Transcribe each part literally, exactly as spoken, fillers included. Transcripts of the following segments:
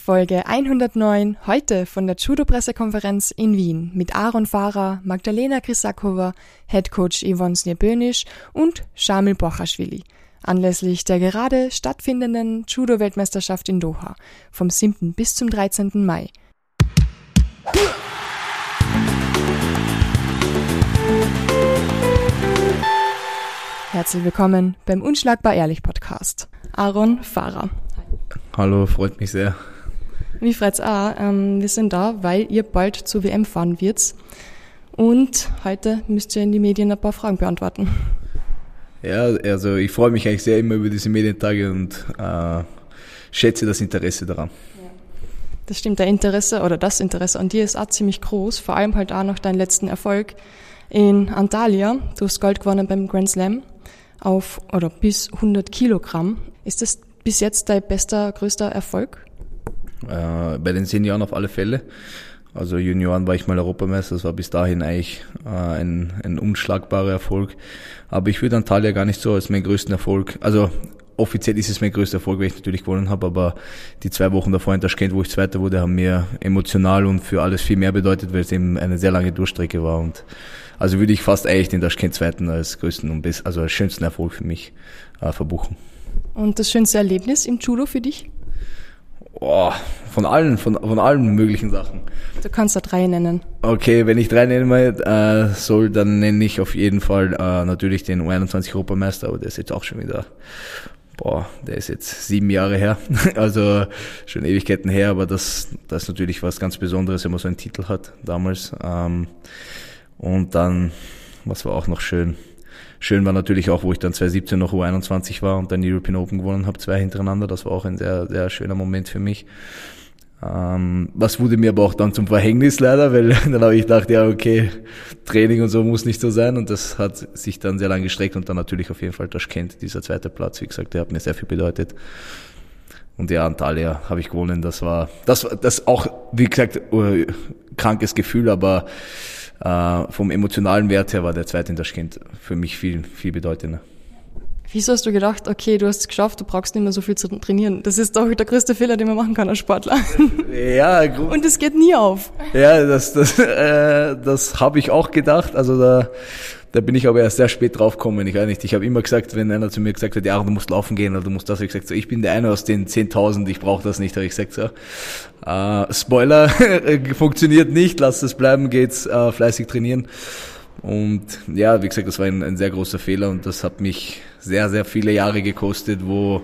Folge hundertneun, heute von der Judo-Pressekonferenz in Wien mit Aaron Fahrer, Magdalena Grisakova, Headcoach Yvonne Sniebönisch und Shamil Borchashvili. Anlässlich der gerade stattfindenden Judo-Weltmeisterschaft in Doha vom siebten bis zum dreizehnten Mai. Herzlich willkommen beim Unschlagbar Ehrlich Podcast. Aaron Fahrer. Hallo, freut mich sehr. Mich freut's auch. Ähm, wir sind da, weil ihr bald zur W M fahren werdet. Und heute müsst ihr in die Medien ein paar Fragen beantworten. Ja, also ich freue mich eigentlich sehr immer über diese Medientage und äh, schätze das Interesse daran. Ja. Das stimmt, der Interesse oder das Interesse an dir ist auch ziemlich groß. Vor allem halt auch nach deinem letzten Erfolg in Antalya. Du hast Gold gewonnen beim Grand Slam auf oder bis hundert Kilogramm. Ist das bis jetzt dein bester, größter Erfolg? Äh, bei den Senioren auf alle Fälle. Also Junioren war ich mal Europameister, das war bis dahin eigentlich äh, ein, ein unschlagbarer Erfolg. Aber ich würde Antalya gar nicht so als meinen größten Erfolg, also offiziell ist es mein größter Erfolg, weil ich natürlich gewonnen habe, aber die zwei Wochen davor in Taschkent, wo ich Zweiter wurde, haben mir emotional und für alles viel mehr bedeutet, weil es eben eine sehr lange Durchstrecke war. Und also würde ich fast eigentlich den Taschkent Zweiten als größten und best, also als schönsten Erfolg für mich äh, verbuchen. Und das schönste Erlebnis im Judo für dich? Oh, von allen, von, von allen möglichen Sachen. Du kannst da drei nennen. Okay, wenn ich drei nennen äh, soll, dann nenne ich auf jeden Fall äh, natürlich den U einundzwanzig Europameister, aber der ist jetzt auch schon wieder, boah, der ist jetzt sieben Jahre her, also schon Ewigkeiten her, aber das, das ist natürlich was ganz Besonderes, wenn man so einen Titel hat damals. Ähm, und dann, was war auch noch schön? Schön war natürlich auch, wo ich dann zwanzig siebzehn noch U einundzwanzig war und dann die European Open gewonnen habe, zwei hintereinander. Das war auch ein sehr, sehr schöner Moment für mich. Ähm, was wurde mir aber auch dann zum Verhängnis leider, weil dann habe ich gedacht, ja okay, Training und so muss nicht so sein und das hat sich dann sehr lange gestreckt und dann natürlich auf jeden Fall Taschkent, dieser zweite Platz, wie gesagt, der hat mir sehr viel bedeutet. Und ja, Antalya habe ich gewonnen, das war, das das auch, wie gesagt, uh, krankes Gefühl, aber Uh, vom emotionalen Wert her war der zweite in Taschkent für mich viel, viel bedeutender. Wieso hast du gedacht, okay, du hast es geschafft, du brauchst nicht mehr so viel zu trainieren? Das ist doch der größte Fehler, den man machen kann als Sportler. Ja, gut. Und es geht nie auf. Ja, das, das, äh, das habe ich auch gedacht. Also da, da bin ich aber erst sehr spät drauf gekommen. Ich weiß nicht. Ich habe immer gesagt, wenn einer zu mir gesagt hat, ja, du musst laufen gehen oder du musst das, habe ich gesagt, so, ich bin der eine aus den zehntausend, ich brauche das nicht, habe ich gesagt, so. Äh, Spoiler, funktioniert nicht, lass es bleiben, geht's äh, fleißig trainieren. Und ja, wie gesagt, das war ein, ein sehr großer Fehler und das hat mich sehr, sehr viele Jahre gekostet, wo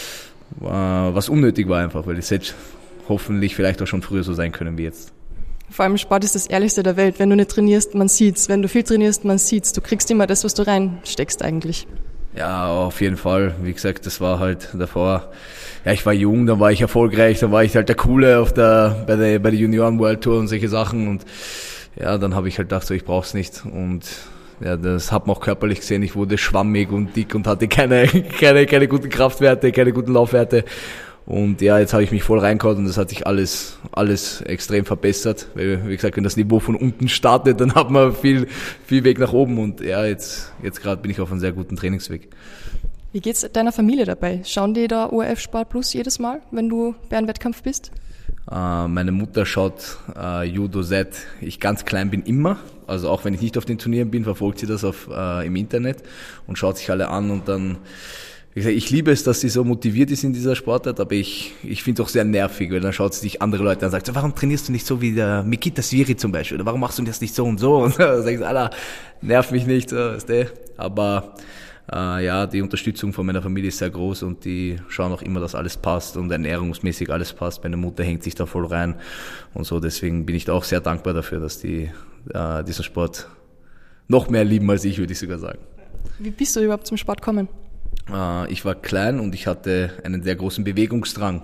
äh, was unnötig war einfach, weil es hätte hoffentlich vielleicht auch schon früher so sein können wie jetzt. Vor allem Sport ist das Ehrlichste der Welt. Wenn du nicht trainierst, man sieht's. Wenn du viel trainierst, man sieht's. Du kriegst immer das, was du reinsteckst eigentlich. Ja, auf jeden Fall. Wie gesagt, das war halt davor. Ja, ich war jung, dann war ich erfolgreich, dann war ich halt der Coole auf der bei der bei der Junioren World Tour und solche Sachen und ja, dann habe ich halt gedacht, so ich brauch's nicht und ja, das hat man auch körperlich gesehen. Ich wurde schwammig und dick und hatte keine keine keine guten Kraftwerte, keine guten Laufwerte. Und ja, jetzt habe ich mich voll reingehauen und das hat sich alles alles extrem verbessert. Weil, wie gesagt, wenn das Niveau von unten startet, dann hat man viel viel Weg nach oben. Und ja, jetzt jetzt gerade bin ich auf einem sehr guten Trainingsweg. Wie geht's deiner Familie dabei? Schauen die da O R F Sport Plus jedes Mal, wenn du bei einem Wettkampf bist? Äh, meine Mutter schaut äh, Judo seit ich ganz klein bin immer. Also auch wenn ich nicht auf den Turnieren bin, verfolgt sie das auf äh, im Internet und schaut sich alle an und dann Wie gesagt, ich liebe es, dass sie so motiviert ist in dieser Sportart, aber ich ich finde es auch sehr nervig, weil dann schaut sie sich andere Leute an und sagt, so, warum trainierst du nicht so wie der Mikita Sviri zum Beispiel? Oder warum machst du das nicht so und so? Und dann sage ich, Alter, nerv mich nicht, so, weißt du? Aber äh, ja, die Unterstützung von meiner Familie ist sehr groß und die schauen auch immer, dass alles passt und ernährungsmäßig alles passt. Meine Mutter hängt sich da voll rein und so. Deswegen bin ich da auch sehr dankbar dafür, dass die äh, diesen Sport noch mehr lieben als ich, würde ich sogar sagen. Wie bist du überhaupt zum Sport gekommen? Ich war klein und ich hatte einen sehr großen Bewegungsdrang.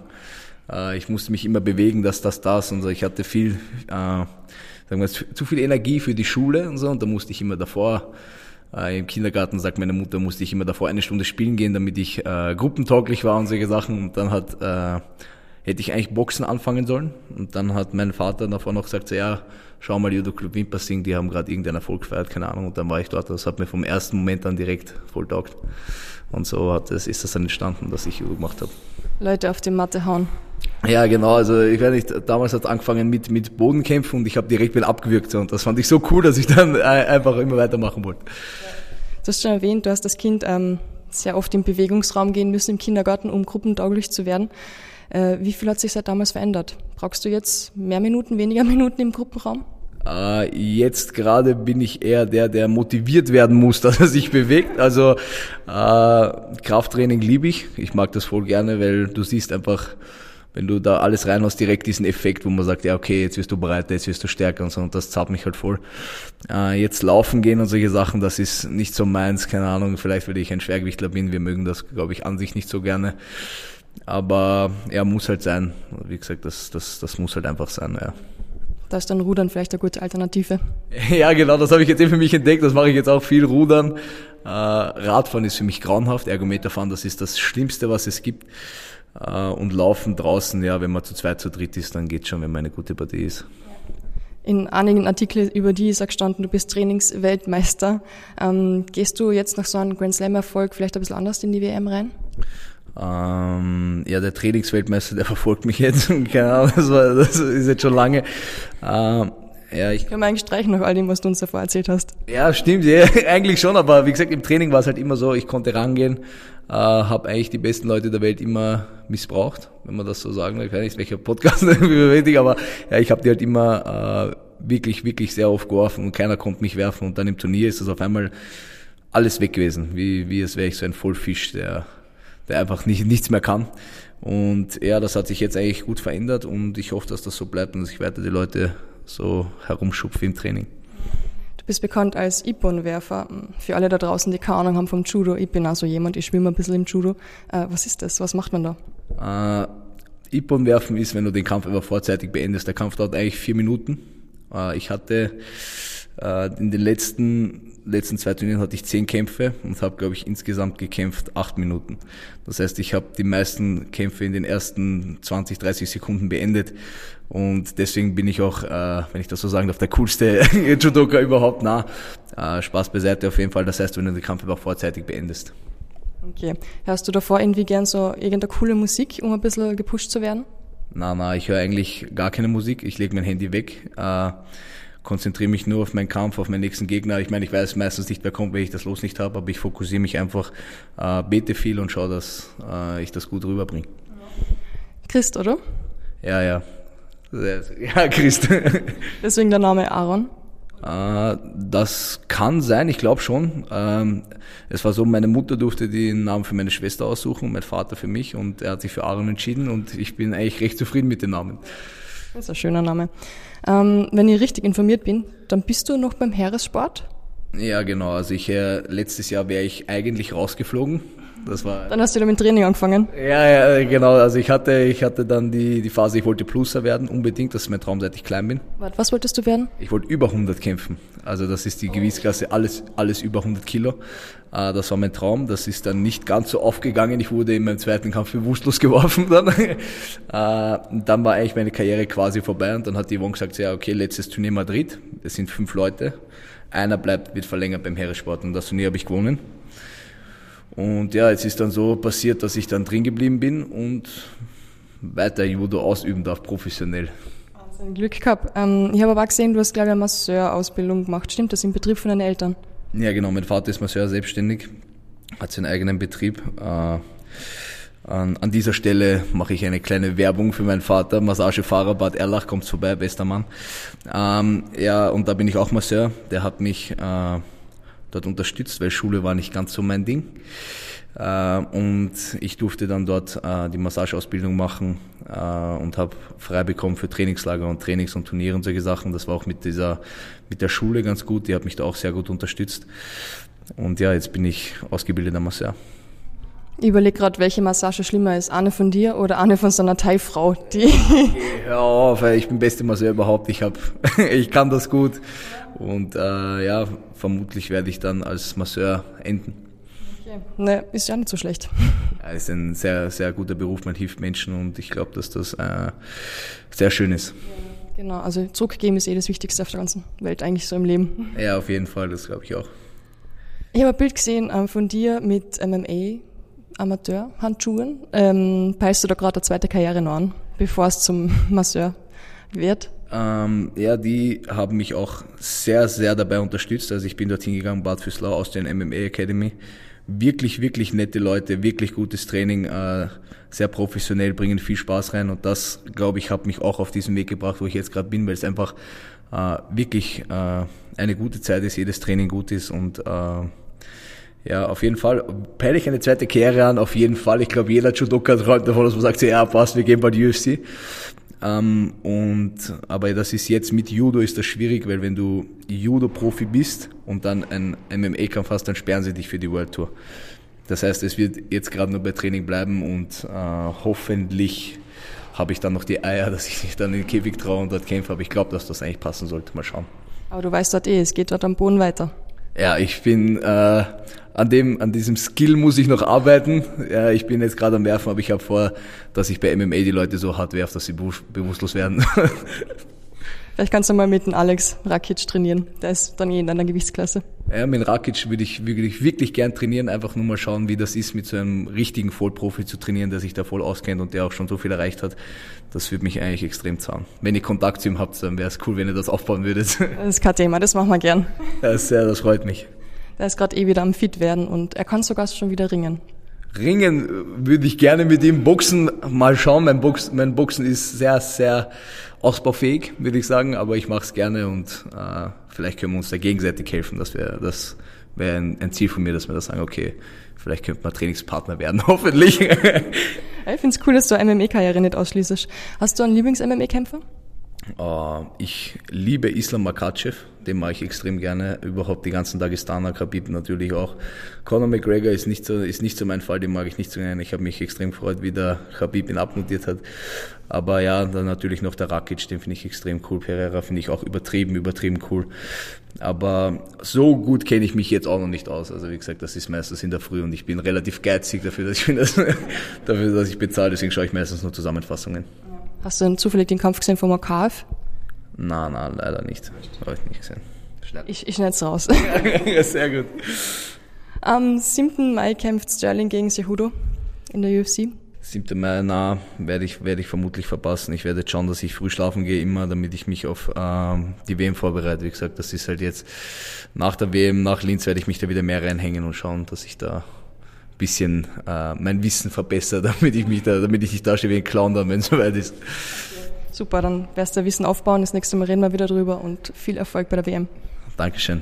Ich musste mich immer bewegen, das, das, das und so. Ich hatte viel, sagen wir, zu viel Energie für die Schule und so und da musste ich immer davor, im Kindergarten sagt meine Mutter, musste ich immer davor eine Stunde spielen gehen, damit ich gruppentauglich war und solche Sachen und dann hat, hätte ich eigentlich Boxen anfangen sollen und dann hat mein Vater davor noch gesagt, so, ja, schau mal Judo Club Wimpersing, die haben gerade irgendeinen Erfolg gefeiert, keine Ahnung und dann war ich dort, das hat mir vom ersten Moment an direkt voll taugt. Und so hat es, ist das dann entstanden, dass ich Judo gemacht habe. Leute auf die Matte hauen. Ja, genau, also ich weiß nicht, damals hat es angefangen mit, mit Bodenkämpfen und ich habe direkt wieder abgewürgt und das fand ich so cool, dass ich dann einfach immer weitermachen wollte. Du hast schon erwähnt, du hast als Kind ähm, sehr oft im Bewegungsraum gehen müssen im Kindergarten, um gruppentauglich zu werden. Äh, wie viel hat sich seit damals verändert? Brauchst du jetzt mehr Minuten, weniger Minuten im Gruppenraum? Uh, jetzt gerade bin ich eher der, der motiviert werden muss, dass er sich bewegt. Also uh, Krafttraining liebe ich. Ich mag das voll gerne, weil du siehst einfach, wenn du da alles reinhaust, direkt diesen Effekt, wo man sagt, ja okay, jetzt wirst du breiter, jetzt wirst du stärker und so, und das zahlt mich halt voll. Uh, jetzt laufen gehen und solche Sachen, das ist nicht so meins, keine Ahnung, vielleicht weil ich ein Schwergewichtler bin, wir mögen das, glaube ich, an sich nicht so gerne. Aber ja, muss halt sein. Wie gesagt, das, das, das muss halt einfach sein, ja. Da ist dann Rudern vielleicht eine gute Alternative. Ja, genau, das habe ich jetzt eben für mich entdeckt. Das mache ich jetzt auch viel, Rudern. Äh, Radfahren ist für mich grauenhaft. Ergometerfahren, das ist das Schlimmste, was es gibt. Äh, und Laufen draußen, ja, wenn man zu zweit, zu dritt ist, dann geht's schon, wenn man eine gute Partie ist. In einigen Artikeln über die ist auch gestanden, du bist Trainingsweltmeister. Ähm, gehst du jetzt nach so einem Grand Slam-Erfolg vielleicht ein bisschen anders in die W M rein? Ähm, ja, der Trainingsweltmeister, der verfolgt mich jetzt. Keine Ahnung, das, war, das ist jetzt schon lange. Ähm, ja, ich kann man eigentlich streichen nach all dem, was du uns davor erzählt hast. Ja, stimmt, ja, eigentlich schon, aber wie gesagt, im Training war es halt immer so, ich konnte rangehen, äh, habe eigentlich die besten Leute der Welt immer missbraucht, wenn man das so sagen will. Ich weiß nicht, welcher Podcast richtig, aber ja, ich habe die halt immer äh, wirklich, wirklich sehr oft geworfen und keiner konnte mich werfen, und dann im Turnier ist das auf einmal alles weg gewesen, wie, wie als wäre ich so ein Vollfisch, der der einfach nicht, nichts mehr kann. Und ja, das hat sich jetzt eigentlich gut verändert und ich hoffe, dass das so bleibt und dass ich weiter die Leute so herumschupfe im Training. Du bist bekannt als Ippon-Werfer. Für alle da draußen, die keine Ahnung haben vom Judo, ich bin also jemand, ich schwimme ein bisschen im Judo. Äh, was ist das? Was macht man da? Äh, Ippon-Werfen ist, wenn du den Kampf aber vorzeitig beendest. Der Kampf dauert eigentlich vier Minuten. Äh, ich hatte äh, in den letzten letzten zwei Turnieren hatte ich zehn Kämpfe und habe, glaube ich, insgesamt gekämpft acht Minuten. Das heißt, ich habe die meisten Kämpfe in den ersten zwanzig, dreißig Sekunden beendet und deswegen bin ich auch, äh, wenn ich das so sagen darf, der coolste Judoka überhaupt. Na, äh, Spaß beiseite auf jeden Fall. Das heißt, wenn du den Kampf auch vorzeitig beendest. Okay. Hörst du davor irgendwie gern so irgendeine coole Musik, um ein bisschen gepusht zu werden? Na, na, ich höre eigentlich gar keine Musik. Ich lege mein Handy weg. Äh, konzentriere mich nur auf meinen Kampf, auf meinen nächsten Gegner. Ich meine, ich weiß meistens nicht, wer kommt, wenn ich das Los nicht habe, aber ich fokussiere mich einfach, äh, bete viel und schaue, dass äh, ich das gut rüberbringe. Christ, oder? Ja, ja. Ja, Christ. Deswegen der Name Aaron? Äh, das kann sein, ich glaube schon. Ähm, es war so, meine Mutter durfte den Namen für meine Schwester aussuchen, mein Vater für mich, und er hat sich für Aaron entschieden und ich bin eigentlich recht zufrieden mit dem Namen. Das ist ein schöner Name. Ähm, wenn ich richtig informiert bin, dann bist du noch beim Heeressport? Ja, genau. Also ich äh, letztes Jahr wäre ich eigentlich rausgeflogen. Das war. Dann hast du wieder mit Training angefangen? Ja, ja, genau. Also ich hatte, ich hatte dann die die Phase, ich wollte Pluser werden, unbedingt. Das ist mein Traum, seit ich klein bin. Warte, was wolltest du werden? Ich wollte über hundert kämpfen. Also das ist die Gewichtsklasse, alles alles über hundert Kilo. Äh, das war mein Traum. Das ist dann nicht ganz so aufgegangen. Ich wurde in meinem zweiten Kampf bewusstlos geworfen dann. äh, dann war eigentlich meine Karriere quasi vorbei und dann hat die Yvonne gesagt, ja okay, letztes Turnier Madrid. Es sind fünf Leute. Einer bleibt, wird verlängert beim Heeressport und das Turnier habe ich gewonnen. Und ja, jetzt ist dann so passiert, dass ich dann drin geblieben bin und weiter Judo ausüben darf, professionell. Wahnsinn, Glück gehabt. Ähm, ich habe aber auch gesehen, du hast, glaube ich, eine Masseur-Ausbildung gemacht. Stimmt das, im Betrieb von deinen Eltern? Ja, genau. Mein Vater ist Masseur, selbstständig, hat seinen eigenen Betrieb. Äh, an, an dieser Stelle mache ich eine kleine Werbung für meinen Vater. Massagefahrer Bad Erlach, kommt vorbei, bester Mann. Ähm, ja, und da bin ich auch Masseur. Der hat mich äh, dort unterstützt, weil Schule war nicht ganz so mein Ding. Äh, und ich durfte dann dort äh, die Massageausbildung machen äh, und habe frei bekommen für Trainingslager und Trainings und Turniere und solche Sachen. Das war auch mit dieser, mit der Schule ganz gut. Die hat mich da auch sehr gut unterstützt. Und ja, jetzt bin ich ausgebildeter Masseur. Ich überlege gerade, welche Massage schlimmer ist. Eine von dir oder eine von so einer Thai-Frau? Die Hör auf, ich bin beste Masseur überhaupt. Ich hab, ich kann das gut. Und äh, ja, vermutlich werde ich dann als Masseur enden. Okay. Ne, ist ja nicht so schlecht. Ja, ist ein sehr, sehr guter Beruf. Man hilft Menschen und ich glaube, dass das äh, sehr schön ist. Ja, genau, also zurückgeben ist eh das Wichtigste auf der ganzen Welt eigentlich so im Leben. Ja, auf jeden Fall, das glaube ich auch. Ich habe ein Bild gesehen ähm, von dir mit M M A. Amateur-Handschuhen. Ähm, peilst du da gerade eine zweite Karriere noch an? bevor es zum Masseur wird? Ähm, ja, die haben mich auch sehr, sehr dabei unterstützt. Also ich bin dorthin gegangen, Bad Füßlau aus der M M A Academy. Wirklich, wirklich nette Leute, wirklich gutes Training, äh, sehr professionell, bringen viel Spaß rein. Und das, glaube ich, hat mich auch auf diesen Weg gebracht, wo ich jetzt gerade bin, weil es einfach äh, wirklich äh, eine gute Zeit ist, jedes Training gut ist und äh, ja, auf jeden Fall peile ich eine zweite Karriere an, auf jeden Fall. Ich glaube, jeder Judoka träumt davon, dass man sagt, ja, passt, wir gehen bei der U F C. Ähm, und, aber das ist jetzt mit Judo ist das schwierig, weil wenn du Judo-Profi bist und dann ein M M A-Kampf hast, dann sperren sie dich für die World Tour. Das heißt, es wird jetzt gerade nur bei Training bleiben und äh, hoffentlich habe ich dann noch die Eier, dass ich mich dann in den Käfig traue und dort kämpfe. Aber ich glaube, dass das eigentlich passen sollte. Mal schauen. Aber du weißt dort eh, es geht dort am Boden weiter. Ja, ich bin äh, an dem, an diesem Skill muss ich noch arbeiten. Ja, ich bin jetzt gerade am Werfen, aber ich habe vor, dass ich bei M M A die Leute so hart werfe, dass sie bewusstlos werden. Vielleicht kannst du mal mit dem Alex Rakic trainieren. Der ist dann eh in einer Gewichtsklasse. Ja, mit Rakic würde ich wirklich, wirklich gern trainieren. Einfach nur mal schauen, wie das ist, mit so einem richtigen Vollprofi zu trainieren, der sich da voll auskennt und der auch schon so viel erreicht hat. Das würde mich eigentlich extrem zahlen. Wenn ihr Kontakt zu ihm habt, dann wäre es cool, wenn ihr das aufbauen würdet. Das ist kein Thema, das machen wir gern. Ja, sehr, das freut mich. Der ist gerade eh wieder am Fit werden und er kann sogar schon wieder ringen. Ringen würde ich gerne mit ihm. Boxen, mal schauen. Mein Boxen, mein Boxen ist sehr, sehr ausbaufähig, würde ich sagen, aber ich mache es gerne und äh, vielleicht können wir uns da gegenseitig helfen. Das wäre das wäre ein, ein Ziel von mir, dass wir da sagen, okay, vielleicht könnte man Trainingspartner werden, hoffentlich. Ich finde es cool, dass du eine M M A-Karriere nicht ausschließt. Hast du einen Lieblings-M M A-Kämpfer? Uh, ich liebe Islam Makhachev, den mache ich extrem gerne, überhaupt die ganzen Dagestaner, Khabib natürlich auch. Conor McGregor ist nicht so, ist nicht so mein Fall, den mag ich nicht so gerne. Ich habe mich extrem gefreut, wie der Khabib ihn abnotiert hat. Aber ja, dann natürlich noch der Rakic, den finde ich extrem cool. Pereira finde ich auch übertrieben, übertrieben cool. Aber so gut kenne ich mich jetzt auch noch nicht aus. Also wie gesagt, das ist meistens in der Früh und ich bin relativ geizig dafür, dass ich, das, dafür, dass ich bezahle. Deswegen schaue ich meistens nur Zusammenfassungen. Hast du denn zufällig den Kampf gesehen von Makav? Nein, nein, leider nicht. Habe ich nicht gesehen. Ich, ich schneide es raus. Ja, sehr gut. Am siebten Mai kämpft Sterling gegen Cejudo in der U F C. siebten Mai, na, werde ich, werde ich vermutlich verpassen. Ich werde jetzt schauen, dass ich früh schlafen gehe, immer, damit ich mich auf ähm, die W M vorbereite. Wie gesagt, das ist halt jetzt nach der W M, nach Linz werde ich mich da wieder mehr reinhängen und schauen, dass ich da ein bisschen äh, mein Wissen verbessere, damit ich mich da, damit ich nicht dastehe wie ein Clown dann, wenn es soweit ist. Super, dann wirst du Wissen aufbauen. Das nächste Mal reden wir wieder drüber und viel Erfolg bei der W M. Dankeschön.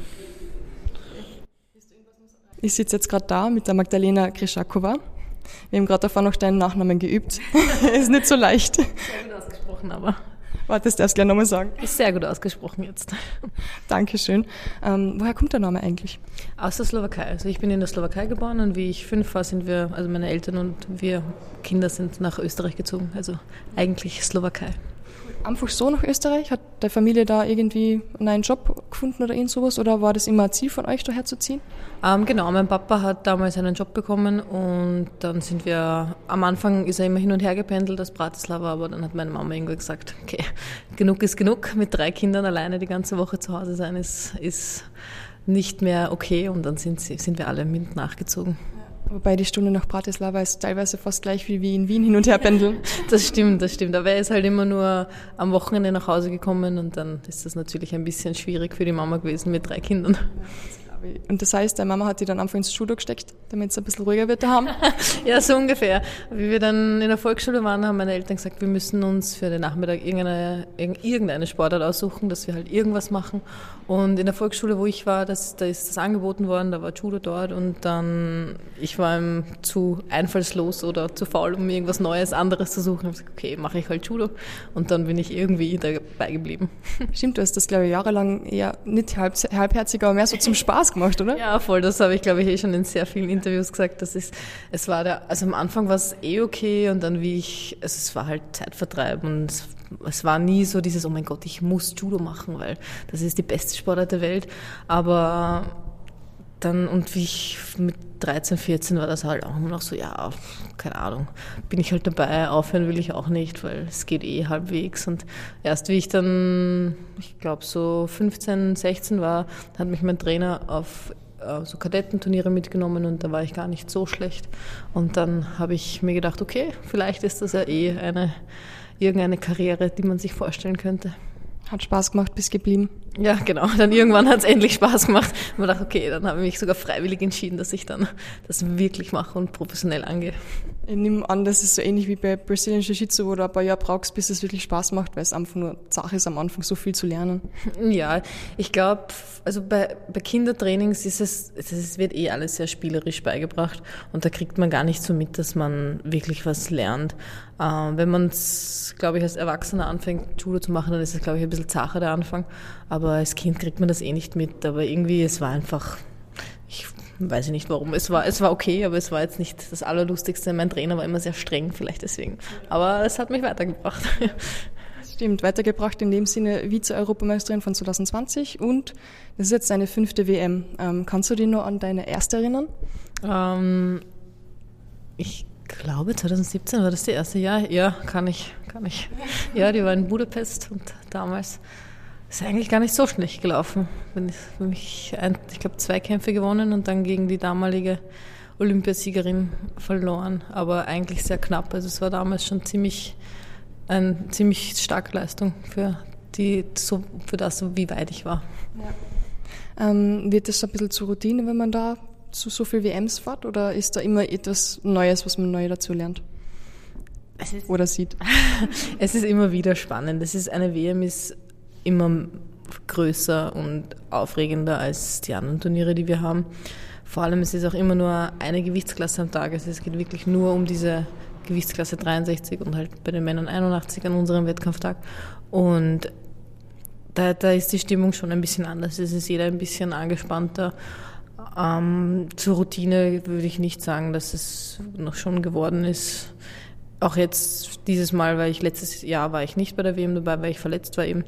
Ich sitze jetzt gerade da mit der Magdalena Kryschakova. Wir haben gerade davor noch deinen Nachnamen geübt. Ist nicht so leicht. Sehr gut ausgesprochen, aber. Warte, das darfst du gleich nochmal sagen. Ist sehr gut ausgesprochen jetzt. Dankeschön. Ähm, woher kommt der Name eigentlich? Aus der Slowakei. Also ich bin in der Slowakei geboren und wie ich fünf war, sind wir, also meine Eltern und wir Kinder sind nach Österreich gezogen. Also eigentlich Slowakei. Einfach so nach Österreich? Hat deine Familie da irgendwie einen Job gefunden oder irgend sowas? Oder war das immer ein Ziel von euch, daher zu ziehen? Ähm, genau, mein Papa hat damals einen Job bekommen und dann sind wir, am Anfang ist er immer hin und her gependelt aus Bratislava, aber dann hat meine Mama irgendwann gesagt, okay, genug ist genug, mit drei Kindern alleine die ganze Woche zu Hause sein ist, ist nicht mehr okay und dann sind, sie, sind wir alle mit nachgezogen. Wobei die Stunde nach Bratislava ist teilweise fast gleich viel wie in Wien hin und her pendeln. Das stimmt, das stimmt. Aber er ist halt immer nur am Wochenende nach Hause gekommen und dann ist das natürlich ein bisschen schwierig für die Mama gewesen mit drei Kindern. Und das heißt, deine Mama hat die dann einfach ins Judo gesteckt, damit es ein bisschen ruhiger wird daheim? Ja, so ungefähr. Wie wir dann in der Volksschule waren, haben meine Eltern gesagt, wir müssen uns für den Nachmittag irgendeine, irgendeine Sportart aussuchen, dass wir halt irgendwas machen. Und in der Volksschule, wo ich war, das, da ist das angeboten worden, da war Judo dort und dann, ich war ihm zu einfallslos oder zu faul, um irgendwas Neues, anderes zu suchen. Ich habe gesagt, okay, mache ich halt Judo. Und dann bin ich irgendwie dabei geblieben. Stimmt, du hast das, glaube ich, jahrelang eher nicht halb, halbherzig, aber mehr so zum Spaß gemacht, oder? Ja, voll. Das habe ich, glaube ich, eh schon in sehr vielen Interviews gesagt. Das ist, es war der, also am Anfang war es eh okay und dann wie ich, also es war halt Zeitvertreib und es, es war nie so dieses, oh mein Gott, ich muss Judo machen, weil das ist die beste Sportart der Welt. Aber dann, und wie ich mit dreizehn, vierzehn war das halt auch immer noch so, ja, keine Ahnung, bin ich halt dabei, aufhören will ich auch nicht, weil es geht eh halbwegs. Und erst wie ich dann, ich glaube so fünfzehn, sechzehn war, hat mich mein Trainer auf äh, so Kadettenturniere mitgenommen und da war ich gar nicht so schlecht. Und dann habe ich mir gedacht, okay, vielleicht ist das ja eh eine irgendeine Karriere, die man sich vorstellen könnte. Hat Spaß gemacht, bist geblieben. Ja, genau. Dann irgendwann hat es endlich Spaß gemacht. Und man dachte, okay, dann habe ich mich sogar freiwillig entschieden, dass ich dann das wirklich mache und professionell angehe. Ich nehme an, das ist so ähnlich wie bei Brazilian Jiu-Jitsu, wo du ein paar Jahre brauchst, bis es wirklich Spaß macht, weil es einfach nur Sache ist, am Anfang so viel zu lernen. Ja, ich glaube, also bei, bei Kindertrainings ist es, es wird eh alles sehr spielerisch beigebracht und da kriegt man gar nicht so mit, dass man wirklich was lernt. Äh, wenn man es, glaube ich, als Erwachsener anfängt, Judo zu machen, dann ist es, glaube ich, ein bisschen zacher der Anfang. Aber als Kind kriegt man das eh nicht mit. Aber irgendwie, es war einfach, ich weiß ich nicht warum. Es war, es war okay, aber es war jetzt nicht das Allerlustigste. Mein Trainer war immer sehr streng, vielleicht deswegen. Aber es hat mich weitergebracht. Stimmt, weitergebracht in dem Sinne Vize-Europameisterin von zwanzig zwanzig und das ist jetzt deine fünfte W M. Ähm, kannst du dich noch an deine erste erinnern? Ähm, ich glaube zwanzig siebzehn war das die erste. Ja, ja, kann ich, kann ich. Ja, die war in Budapest und damals ist eigentlich gar nicht so schlecht gelaufen. Bin ich, ich glaube, zwei Kämpfe gewonnen und dann gegen die damalige Olympiasiegerin verloren, aber eigentlich sehr knapp. Also es war damals schon ziemlich eine ziemlich starke Leistung für die, so, für das, wie weit ich war. Ja. Ähm, wird das ein bisschen zur Routine, wenn man da zu so viel W Ms fährt, oder ist da immer etwas Neues, was man neu dazu lernt? Es ist, oder sieht? Es ist immer wieder spannend. Es ist, eine W M ist immer größer und aufregender als die anderen Turniere, die wir haben. Vor allem es ist auch immer nur eine Gewichtsklasse am Tag. Also es geht wirklich nur um diese Gewichtsklasse dreiundsechzig und halt bei den Männern einundachtzig an unserem Wettkampftag. Und da, da ist die Stimmung schon ein bisschen anders. Es ist jeder ein bisschen angespannter. Ähm, zur Routine würde ich nicht sagen, dass es noch schon geworden ist. Auch jetzt dieses Mal, weil ich letztes Jahr war ich nicht bei der W M dabei, weil ich verletzt war eben.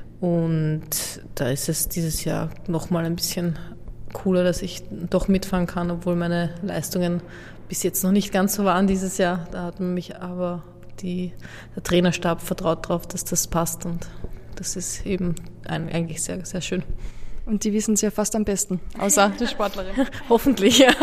Und da ist es dieses Jahr nochmal ein bisschen cooler, dass ich doch mitfahren kann, obwohl meine Leistungen bis jetzt noch nicht ganz so waren dieses Jahr. Da hat man mich aber die, der Trainerstab vertraut darauf, dass das passt und das ist eben ein, eigentlich sehr, sehr schön. Und die wissen es ja fast am besten, außer die Sportlerin. Hoffentlich, ja.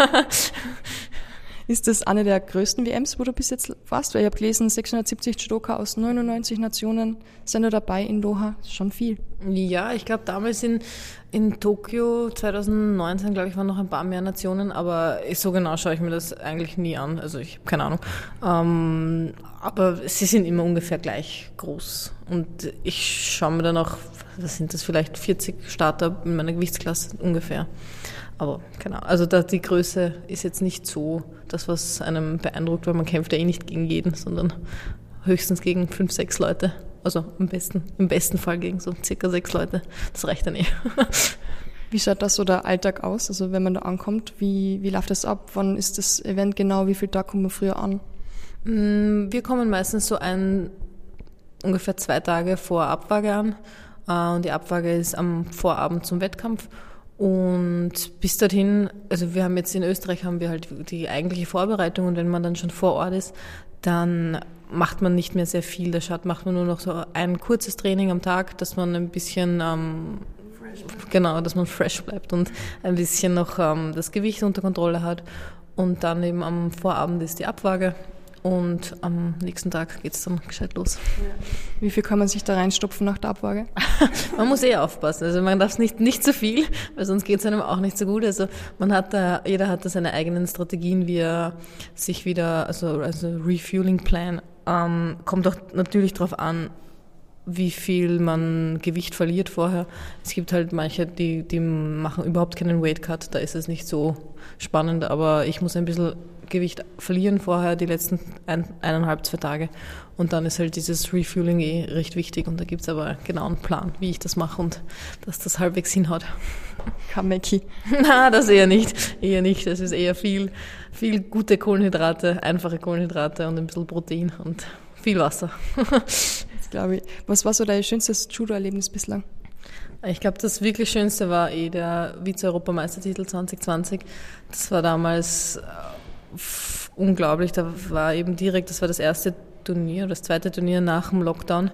Ist das eine der größten W Ms, wo du bis jetzt warst? Weil ich habe gelesen, sechshundertsiebzig Judoka aus neunundneunzig Nationen sind da dabei in Doha. Das ist schon viel. Ja, ich glaube damals in, in Tokio zwanzig neunzehn, glaube ich, waren noch ein paar mehr Nationen, aber so genau schaue ich mir das eigentlich nie an. Also ich habe keine Ahnung. Ähm, aber sie sind immer ungefähr gleich groß. Und ich schaue mir dann auch, was sind das, vielleicht vierzig Starter in meiner Gewichtsklasse ungefähr. Aber keine Ahnung, also da, die Größe ist jetzt nicht so das, was einem beeindruckt, weil man kämpft ja eh nicht gegen jeden, sondern höchstens gegen fünf, sechs Leute. Also im besten, im besten Fall gegen so circa sechs Leute. Das reicht dann eh. Wie schaut das so der Alltag aus? Also wenn man da ankommt, wie, wie läuft das ab? Wann ist das Event genau? Wie viel Tag kommt man früher an? Wir kommen meistens so ein, ungefähr zwei Tage vor Abwage an. Und die Abwage ist am Vorabend zum Wettkampf. Und bis dorthin, also wir haben jetzt in Österreich haben wir halt die eigentliche Vorbereitung und wenn man dann schon vor Ort ist, dann macht man nicht mehr sehr viel. Da schaut, macht man nur noch so ein kurzes Training am Tag, dass man ein bisschen, ähm, genau, dass man fresh bleibt und ein bisschen noch ähm, das Gewicht unter Kontrolle hat. Und dann eben am Vorabend ist die Abwaage. Und am nächsten Tag geht's dann gescheit los. Wie viel kann man sich da reinstopfen nach der Abwaage? Man muss eh aufpassen. Also man darf nicht, nicht zu viel, weil sonst geht's einem auch nicht so gut. Also man hat da, jeder hat da seine eigenen Strategien, wie er sich wieder, also, also Refueling Plan, ähm, kommt auch natürlich drauf an, wie viel man Gewicht verliert vorher. Es gibt halt manche, die, die machen überhaupt keinen Weight Cut, da ist es nicht so spannend, aber ich muss ein bisschen Gewicht verlieren vorher, die letzten ein, eineinhalb, zwei Tage. Und dann ist halt dieses Refueling eh recht wichtig. Und da gibt's aber genau einen Plan, wie ich das mache und dass das halbwegs hinhaut. Kameki. Na, das eher nicht. Eher nicht. Das ist eher viel, viel gute Kohlenhydrate, einfache Kohlenhydrate und ein bisschen Protein und viel Wasser. Das glaube ich. Was war so dein schönstes Judo-Erlebnis bislang? Ich glaube, das wirklich Schönste war eh der Vize-Europameistertitel zwanzig zwanzig. Das war damals unglaublich, da war eben direkt, das war das erste Turnier, das zweite Turnier nach dem Lockdown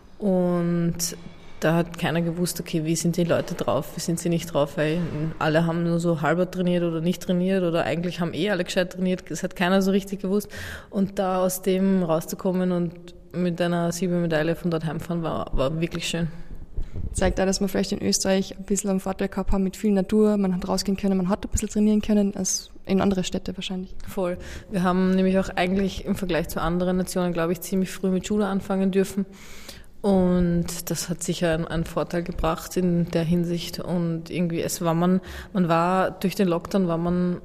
und da hat keiner gewusst, okay, wie sind die Leute drauf, wie sind sie nicht drauf, weil alle haben nur so halber trainiert oder nicht trainiert oder eigentlich haben eh alle gescheit trainiert, das hat keiner so richtig gewusst und da aus dem rauszukommen und mit einer Silbermedaille von dort heimfahren war, war wirklich schön. Zeigt auch, dass wir vielleicht in Österreich ein bisschen einen Vorteil gehabt haben mit viel Natur. Man hat rausgehen können, man hat ein bisschen trainieren können, als in andere Städte wahrscheinlich. Voll. Wir haben nämlich auch eigentlich im Vergleich zu anderen Nationen, glaube ich, ziemlich früh mit Judo anfangen dürfen. Und das hat sicher einen, einen Vorteil gebracht in der Hinsicht. Und irgendwie, es war man, man war, durch den Lockdown war man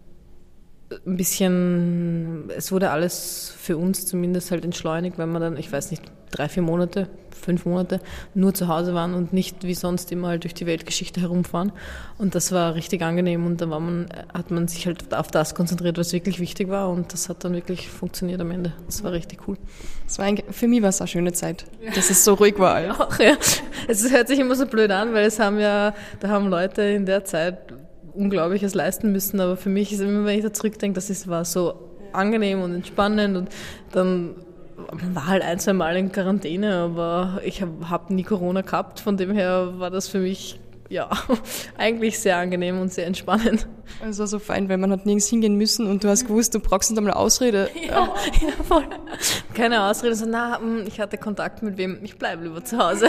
ein bisschen, es wurde alles für uns zumindest halt entschleunigt, weil wir dann, ich weiß nicht, drei, vier Monate, fünf Monate nur zu Hause waren und nicht wie sonst immer halt durch die Weltgeschichte herumfahren. Und das war richtig angenehm und da war man, hat man sich halt auf das konzentriert, was wirklich wichtig war und das hat dann wirklich funktioniert am Ende. Das war richtig cool. Das war ein, für mich war es eine schöne Zeit, dass es so ruhig war. Ja, auch, ja. Es hört sich immer so blöd an, weil es haben ja, da haben Leute in der Zeit Unglaubliches leisten müssen, aber für mich ist immer, wenn ich da zurückdenke, das ist, war so angenehm und entspannend und dann man war halt ein, zwei Mal in Quarantäne, aber ich habe hab nie Corona gehabt, von dem her war das für mich ja eigentlich sehr angenehm und sehr entspannend. Es war so fein, weil man hat nirgends hingehen müssen und du hast gewusst, du brauchst nicht einmal eine Ausrede. Ja, ja, voll. Keine Ausrede, so na, ich hatte Kontakt mit wem, ich bleibe lieber zu Hause.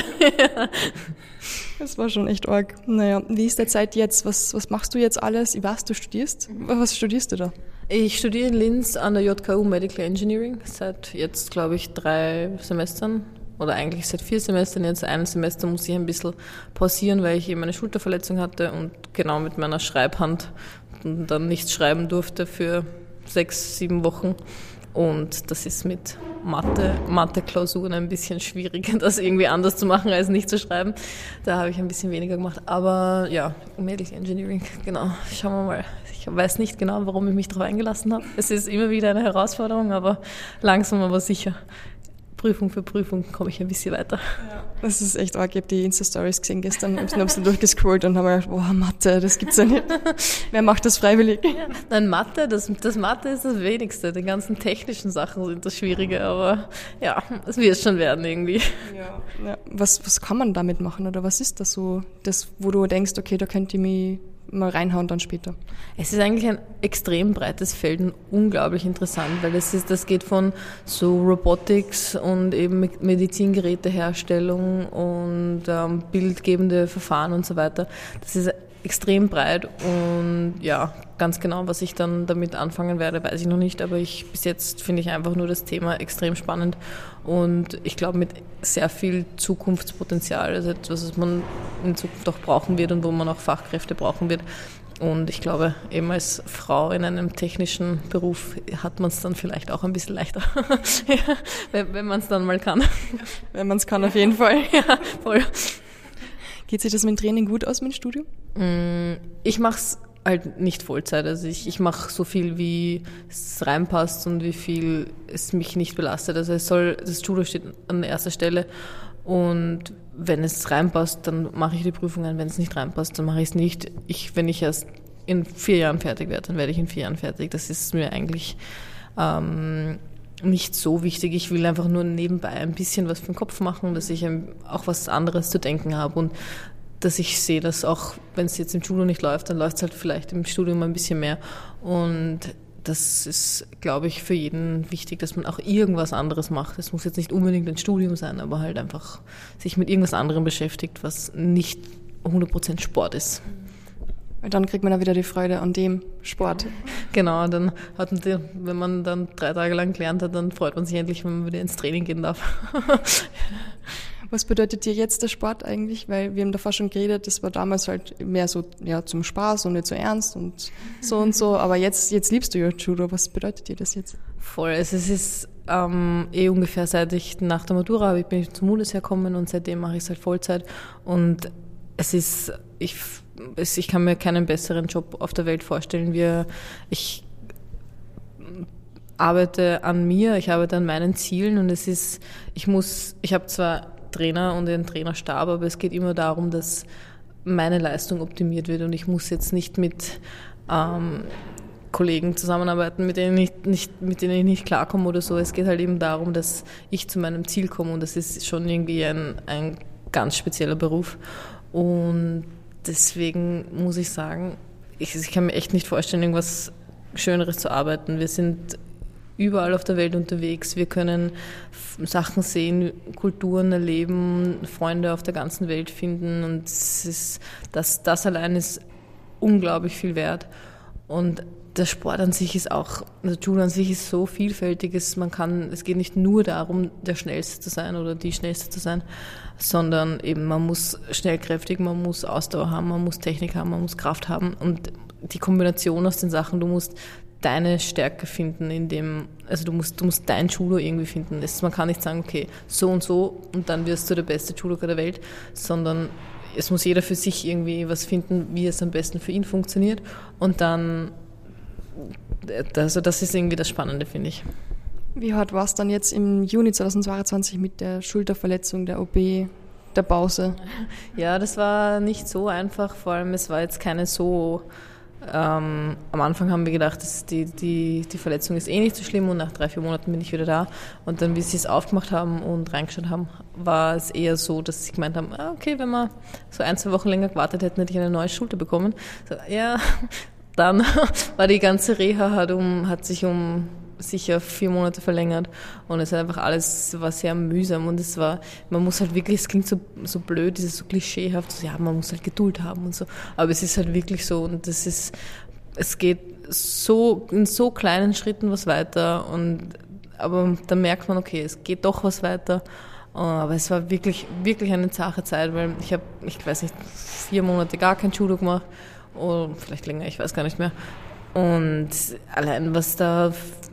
Das war schon echt arg. Naja, wie ist der Zeit jetzt? Was, was machst du jetzt alles? Ich weiß, du studierst. Was studierst du da? Ich studiere in Linz an der J K U Medical Engineering seit jetzt, glaube ich, drei Semestern oder eigentlich seit vier Semestern. Jetzt ein Semester muss ich ein bisschen pausieren, weil ich eben eine Schulterverletzung hatte und genau mit meiner Schreibhand dann nichts schreiben durfte für sechs, sieben Wochen. Und das ist mit Mathe, Mathe-Klausuren ein bisschen schwierig, das irgendwie anders zu machen, als nicht zu schreiben. Da habe ich ein bisschen weniger gemacht. Aber ja, Medical Engineering, genau. Schauen wir mal. Ich weiß nicht genau, warum ich mich darauf eingelassen habe. Es ist immer wieder eine Herausforderung, aber langsam, aber sicher. Prüfung für Prüfung komme ich ein bisschen weiter. Ja, das ist echt arg. Ich habe die Insta-Stories gesehen gestern, ich habe ein bisschen durchgescrollt und habe mir gedacht, boah, Mathe, das gibt's ja nicht. Wer macht das freiwillig? Ja. Nein, Mathe, das, das Mathe ist das Wenigste. Die ganzen technischen Sachen sind das Schwierige, aber ja, es wird schon werden irgendwie. Ja. Ja. Was, was kann man damit machen oder was ist das so, das, wo du denkst, okay, da könnte ich mich mal reinhauen dann später? Es ist eigentlich ein extrem breites Feld und unglaublich interessant, weil das ist, das geht von so Robotics und eben Medizingeräteherstellung und ähm, bildgebende Verfahren und so weiter. Das ist extrem breit und ja, ganz genau, was ich dann damit anfangen werde, weiß ich noch nicht, aber ich bis jetzt finde ich einfach nur das Thema extrem spannend und ich glaube mit sehr viel Zukunftspotenzial, also etwas, was man in Zukunft auch brauchen wird und wo man auch Fachkräfte brauchen wird. Und ich glaube, eben als Frau in einem technischen Beruf hat man es dann vielleicht auch ein bisschen leichter, ja, wenn, wenn man es dann mal kann. Wenn man es kann, auf jeden Fall. Ja, voll. Geht sich das mit dem Training gut aus mit dem Studium? Ich mache es halt nicht Vollzeit. Also ich, ich mache so viel, wie es reinpasst und wie viel es mich nicht belastet. Also es soll, das Judo steht an erster Stelle und wenn es reinpasst, dann mache ich die Prüfungen. Wenn es nicht reinpasst, dann mache ich es nicht. Ich, wenn ich erst in vier Jahren fertig werde, dann werde ich in vier Jahren fertig. Das ist mir eigentlich ähm, nicht so wichtig. Ich will einfach nur nebenbei ein bisschen was für den Kopf machen, dass ich auch was anderes zu denken habe und dass ich sehe, dass auch, wenn es jetzt im Judo nicht läuft, dann läuft es halt vielleicht im Studium ein bisschen mehr. Und das ist, glaube ich, für jeden wichtig, dass man auch irgendwas anderes macht. Es muss jetzt nicht unbedingt ein Studium sein, aber halt einfach sich mit irgendwas anderem beschäftigt, was nicht hundert Prozent Sport ist. Weil dann kriegt man dann wieder die Freude an dem Sport. Genau, dann hat man die, wenn man dann drei Tage lang gelernt hat, dann freut man sich endlich, wenn man wieder ins Training gehen darf. Was bedeutet dir jetzt der Sport eigentlich? Weil wir haben davor schon geredet, das war damals halt mehr so ja zum Spaß und nicht so ernst und so und so. Aber jetzt, jetzt liebst du ja Judo. Was bedeutet dir das jetzt? Voll. Also es ist ähm, eh ungefähr seit ich nach der Matura habe, ich bin ich zum Mundes hergekommen und seitdem mache ich es halt Vollzeit. Und es ist, ich, es, ich kann mir keinen besseren Job auf der Welt vorstellen. Wir, ich arbeite an mir, ich arbeite an meinen Zielen und es ist, ich muss, ich habe zwar Trainer und den Trainerstab, aber es geht immer darum, dass meine Leistung optimiert wird und ich muss jetzt nicht mit ähm, Kollegen zusammenarbeiten, mit denen, ich nicht, mit denen ich nicht klarkomme oder so. Es geht halt eben darum, dass ich zu meinem Ziel komme und das ist schon irgendwie ein, ein ganz spezieller Beruf und deswegen muss ich sagen, ich, ich kann mir echt nicht vorstellen, irgendwas Schöneres zu arbeiten. Wir sind überall auf der Welt unterwegs. Wir können Sachen sehen, Kulturen erleben, Freunde auf der ganzen Welt finden und es ist, das, das allein ist unglaublich viel wert. Und der Sport an sich ist auch, der Judo an sich ist so vielfältig, es, man kann, es geht nicht nur darum, der Schnellste zu sein oder die Schnellste zu sein, sondern eben man muss schnellkräftig, man muss Ausdauer haben, man muss Technik haben, man muss Kraft haben und die Kombination aus den Sachen, du musst deine Stärke finden, in dem, also du musst, du musst dein Judo irgendwie finden. Das, man kann nicht sagen, okay, so und so und dann wirst du der beste Judoka der Welt, sondern es muss jeder für sich irgendwie was finden, wie es am besten für ihn funktioniert und dann, also das ist irgendwie das Spannende, finde ich. Wie hart war es dann jetzt im Juni zweitausendzweiundzwanzig mit der Schulterverletzung, der O P, der Pause? Ja, das war nicht so einfach, vor allem es war jetzt keine so, ähm, am Anfang haben wir gedacht, dass die, die, die Verletzung ist eh nicht so schlimm und nach drei, vier Monaten bin ich wieder da und dann, wie sie es aufgemacht haben und reingeschaut haben, war es eher so, dass sie gemeint haben, ah, okay, wenn wir so ein, zwei Wochen länger gewartet hätten, hätte ich eine neue Schulter bekommen. So, ja, dann war die ganze Reha hat, um, hat sich um sicher vier Monate verlängert und es hat einfach alles, war sehr mühsam und es war, man muss halt wirklich, es klingt so, so blöd, dieses so klischeehaft, so, ja, man muss halt Geduld haben und so, aber es ist halt wirklich so und das ist, es geht so, in so kleinen Schritten was weiter und, aber dann merkt man, okay, es geht doch was weiter, aber es war wirklich, wirklich eine zahre Zeit, weil ich habe, ich weiß nicht, vier Monate gar kein Judo gemacht oder vielleicht länger, ich weiß gar nicht mehr und allein was da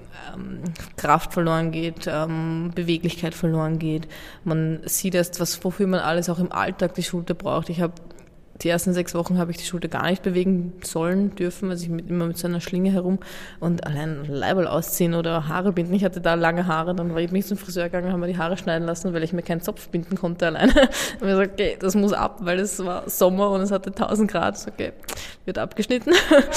Kraft verloren geht, ähm, Beweglichkeit verloren geht. Man sieht erst, was, wofür man alles auch im Alltag die Schulter braucht. Ich habe die ersten sechs Wochen habe ich die Schulter gar nicht bewegen sollen, dürfen, also ich mit, immer mit so einer Schlinge herum und allein Leiberl ausziehen oder Haare binden. Ich hatte da lange Haare, dann war ich mich zum Friseur gegangen, haben mir die Haare schneiden lassen, weil ich mir keinen Zopf binden konnte alleine. Und ich gesagt, okay, das muss ab, weil es war Sommer und es hatte tausend Grad. So, okay, wird abgeschnitten.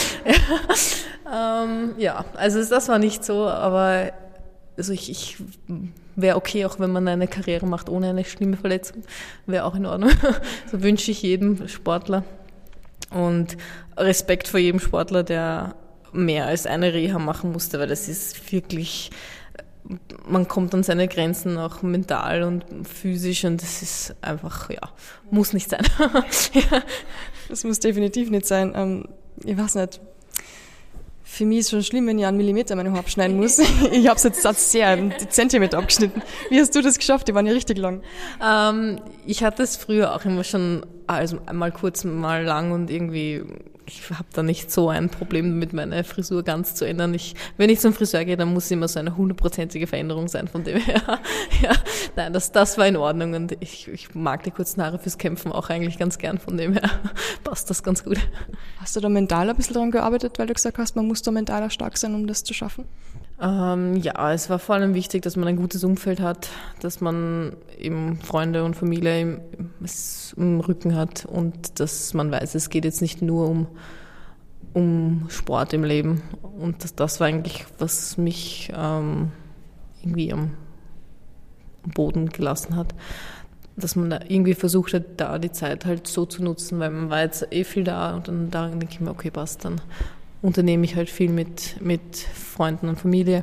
ja. Ähm, ja, also das war nicht so, aber also ich, ich wäre okay, auch wenn man eine Karriere macht ohne eine schlimme Verletzung, wäre auch in Ordnung. So wünsche ich jedem Sportler und Respekt vor jedem Sportler, der mehr als eine Reha machen musste, weil das ist wirklich, man kommt an seine Grenzen auch mental und physisch und das ist einfach, ja, muss nicht sein. ja. Das muss definitiv nicht sein. Ähm, ich weiß nicht. Für mich ist es schon schlimm, wenn ich einen Millimeter meine Haare abschneiden muss. Ich habe es jetzt sehr einen Zentimeter abgeschnitten. Wie hast du das geschafft? Die waren ja richtig lang. Ähm, ich hatte es früher auch immer schon, also einmal kurz, mal lang und irgendwie, ich habe da nicht so ein Problem damit, meine Frisur ganz zu ändern. Ich, wenn ich zum Friseur gehe, dann muss immer so eine hundertprozentige Veränderung sein von dem her. ja, nein, das, das war in Ordnung und ich, ich mag die kurzen Haare fürs Kämpfen auch eigentlich ganz gern, von dem her passt das ganz gut. Hast du da mental ein bisschen dran gearbeitet, weil du gesagt hast, man muss da mental stark sein, um das zu schaffen? Ähm, ja, es war vor allem wichtig, dass man ein gutes Umfeld hat, dass man eben Freunde und Familie im, im Rücken hat und dass man weiß, es geht jetzt nicht nur um, um Sport im Leben. Und das, das war eigentlich, was mich ähm, irgendwie am Boden gelassen hat. Dass man da irgendwie versucht hat, da die Zeit halt so zu nutzen, weil man war jetzt eh viel da und dann da denke ich mir, okay, passt, dann unternehme ich halt viel mit, mit Freunden und Familie.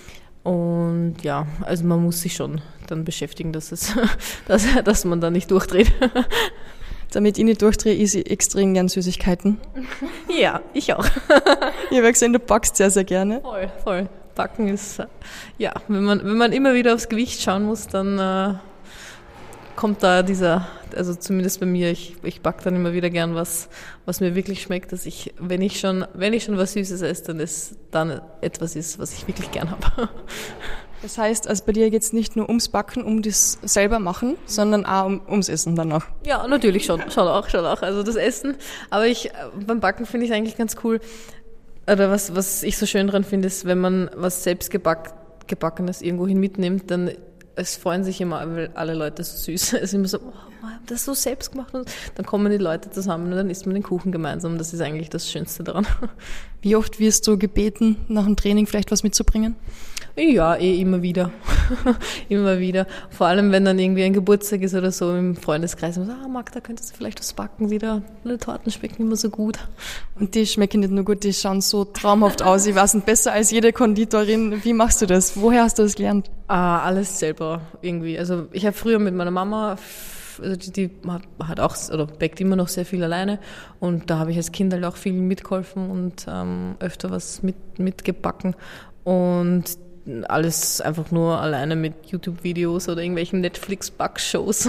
Und ja, also man muss sich schon dann beschäftigen, dass, es, dass, dass man da nicht durchdreht. Damit ich nicht durchdrehe, esse ich extrem gern Süßigkeiten. Ja, ich auch. Ich habe gesehen, du backst sehr, sehr gerne. Voll, voll. Backen ist, ja, wenn man, wenn man immer wieder aufs Gewicht schauen muss, dann äh, kommt da dieser, also zumindest bei mir, ich, ich backe dann immer wieder gern was, was mir wirklich schmeckt, dass ich, wenn ich schon, wenn ich schon was Süßes esse, dann es dann etwas ist, was ich wirklich gern habe. Das heißt, also bei dir geht es nicht nur ums Backen, um das selber machen, sondern auch um, ums Essen dann noch. Ja, natürlich schon, schon auch, schon auch. Also das Essen, aber ich, beim Backen finde ich es eigentlich ganz cool. Oder was, was ich so schön dran finde, ist, wenn man was selbst geback, gebackenes irgendwohin mitnimmt, dann es freuen sich immer alle Leute so süß. Es ist immer so, oh, wir haben das so selbst gemacht. Und dann kommen die Leute zusammen und dann isst man den Kuchen gemeinsam. Das ist eigentlich das Schönste daran. Wie oft wirst du gebeten, nach dem Training vielleicht was mitzubringen? Ja, eh immer wieder. immer wieder. Vor allem, wenn dann irgendwie ein Geburtstag ist oder so im Freundeskreis. Und so, ah, Magda, könntest du vielleicht was backen wieder? Die Torten schmecken immer so gut. Und die schmecken nicht nur gut, die schauen so traumhaft aus. Ich weiß nicht, besser als jede Konditorin. Wie machst du das? Woher hast du das gelernt? Ah, alles selber irgendwie. Also ich habe früher mit meiner Mama, also die, die hat auch oder backt immer noch sehr viel alleine, und da habe ich als Kind halt auch viel mitgeholfen und ähm, öfter was mit mitgebacken und alles einfach nur alleine mit YouTube-Videos oder irgendwelchen Netflix-Backshows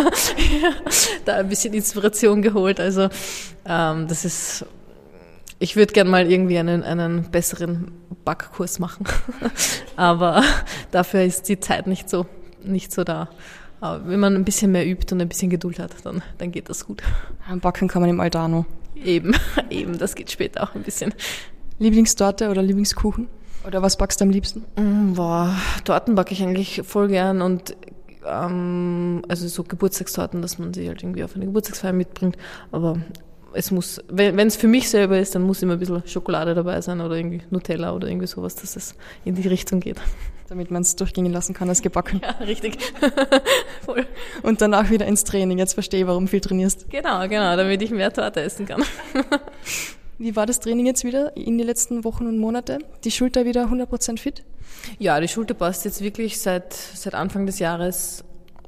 da ein bisschen Inspiration geholt. Also ähm, das ist, ich würde gern mal irgendwie einen, einen besseren Backkurs machen, aber dafür ist die Zeit nicht so, nicht so da. Aber wenn man ein bisschen mehr übt und ein bisschen Geduld hat, dann, dann geht das gut. Backen kann man im Alter auch noch. Eben, eben, das geht später auch ein bisschen. Lieblingstorte oder Lieblingskuchen? Oder was backst du am liebsten? Mm, boah, Torten backe ich eigentlich voll gern, und ähm, also so Geburtstagstorten, dass man sie halt irgendwie auf eine Geburtstagsfeier mitbringt. Aber es muss, wenn es für mich selber ist, dann muss immer ein bisschen Schokolade dabei sein oder irgendwie Nutella oder irgendwie sowas, dass es in die Richtung geht. Damit man es durchgehen lassen kann als gebacken. Ja, richtig. Voll. Und danach wieder ins Training. Jetzt verstehe ich, warum du viel trainierst. Genau, genau, damit ich mehr Torte essen kann. Wie war das Training jetzt wieder in den letzten Wochen und Monate? Die Schulter wieder hundert Prozent fit? Ja, die Schulter passt jetzt wirklich seit, seit Anfang des Jahres.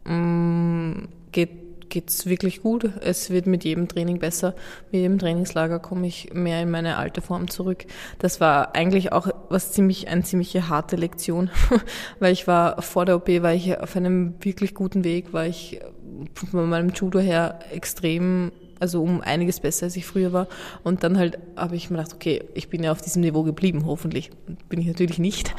Mh, geht geht's wirklich gut. Es wird mit jedem Training besser. Mit jedem Trainingslager komme ich mehr in meine alte Form zurück. Das war eigentlich auch was ziemlich, eine ziemliche harte Lektion, weil ich war, vor der O P war ich auf einem wirklich guten Weg, war ich von meinem Judo her extrem, also um einiges besser, als ich früher war. Und dann halt habe ich mir gedacht, okay, ich bin ja auf diesem Niveau geblieben, hoffentlich. Bin ich natürlich nicht.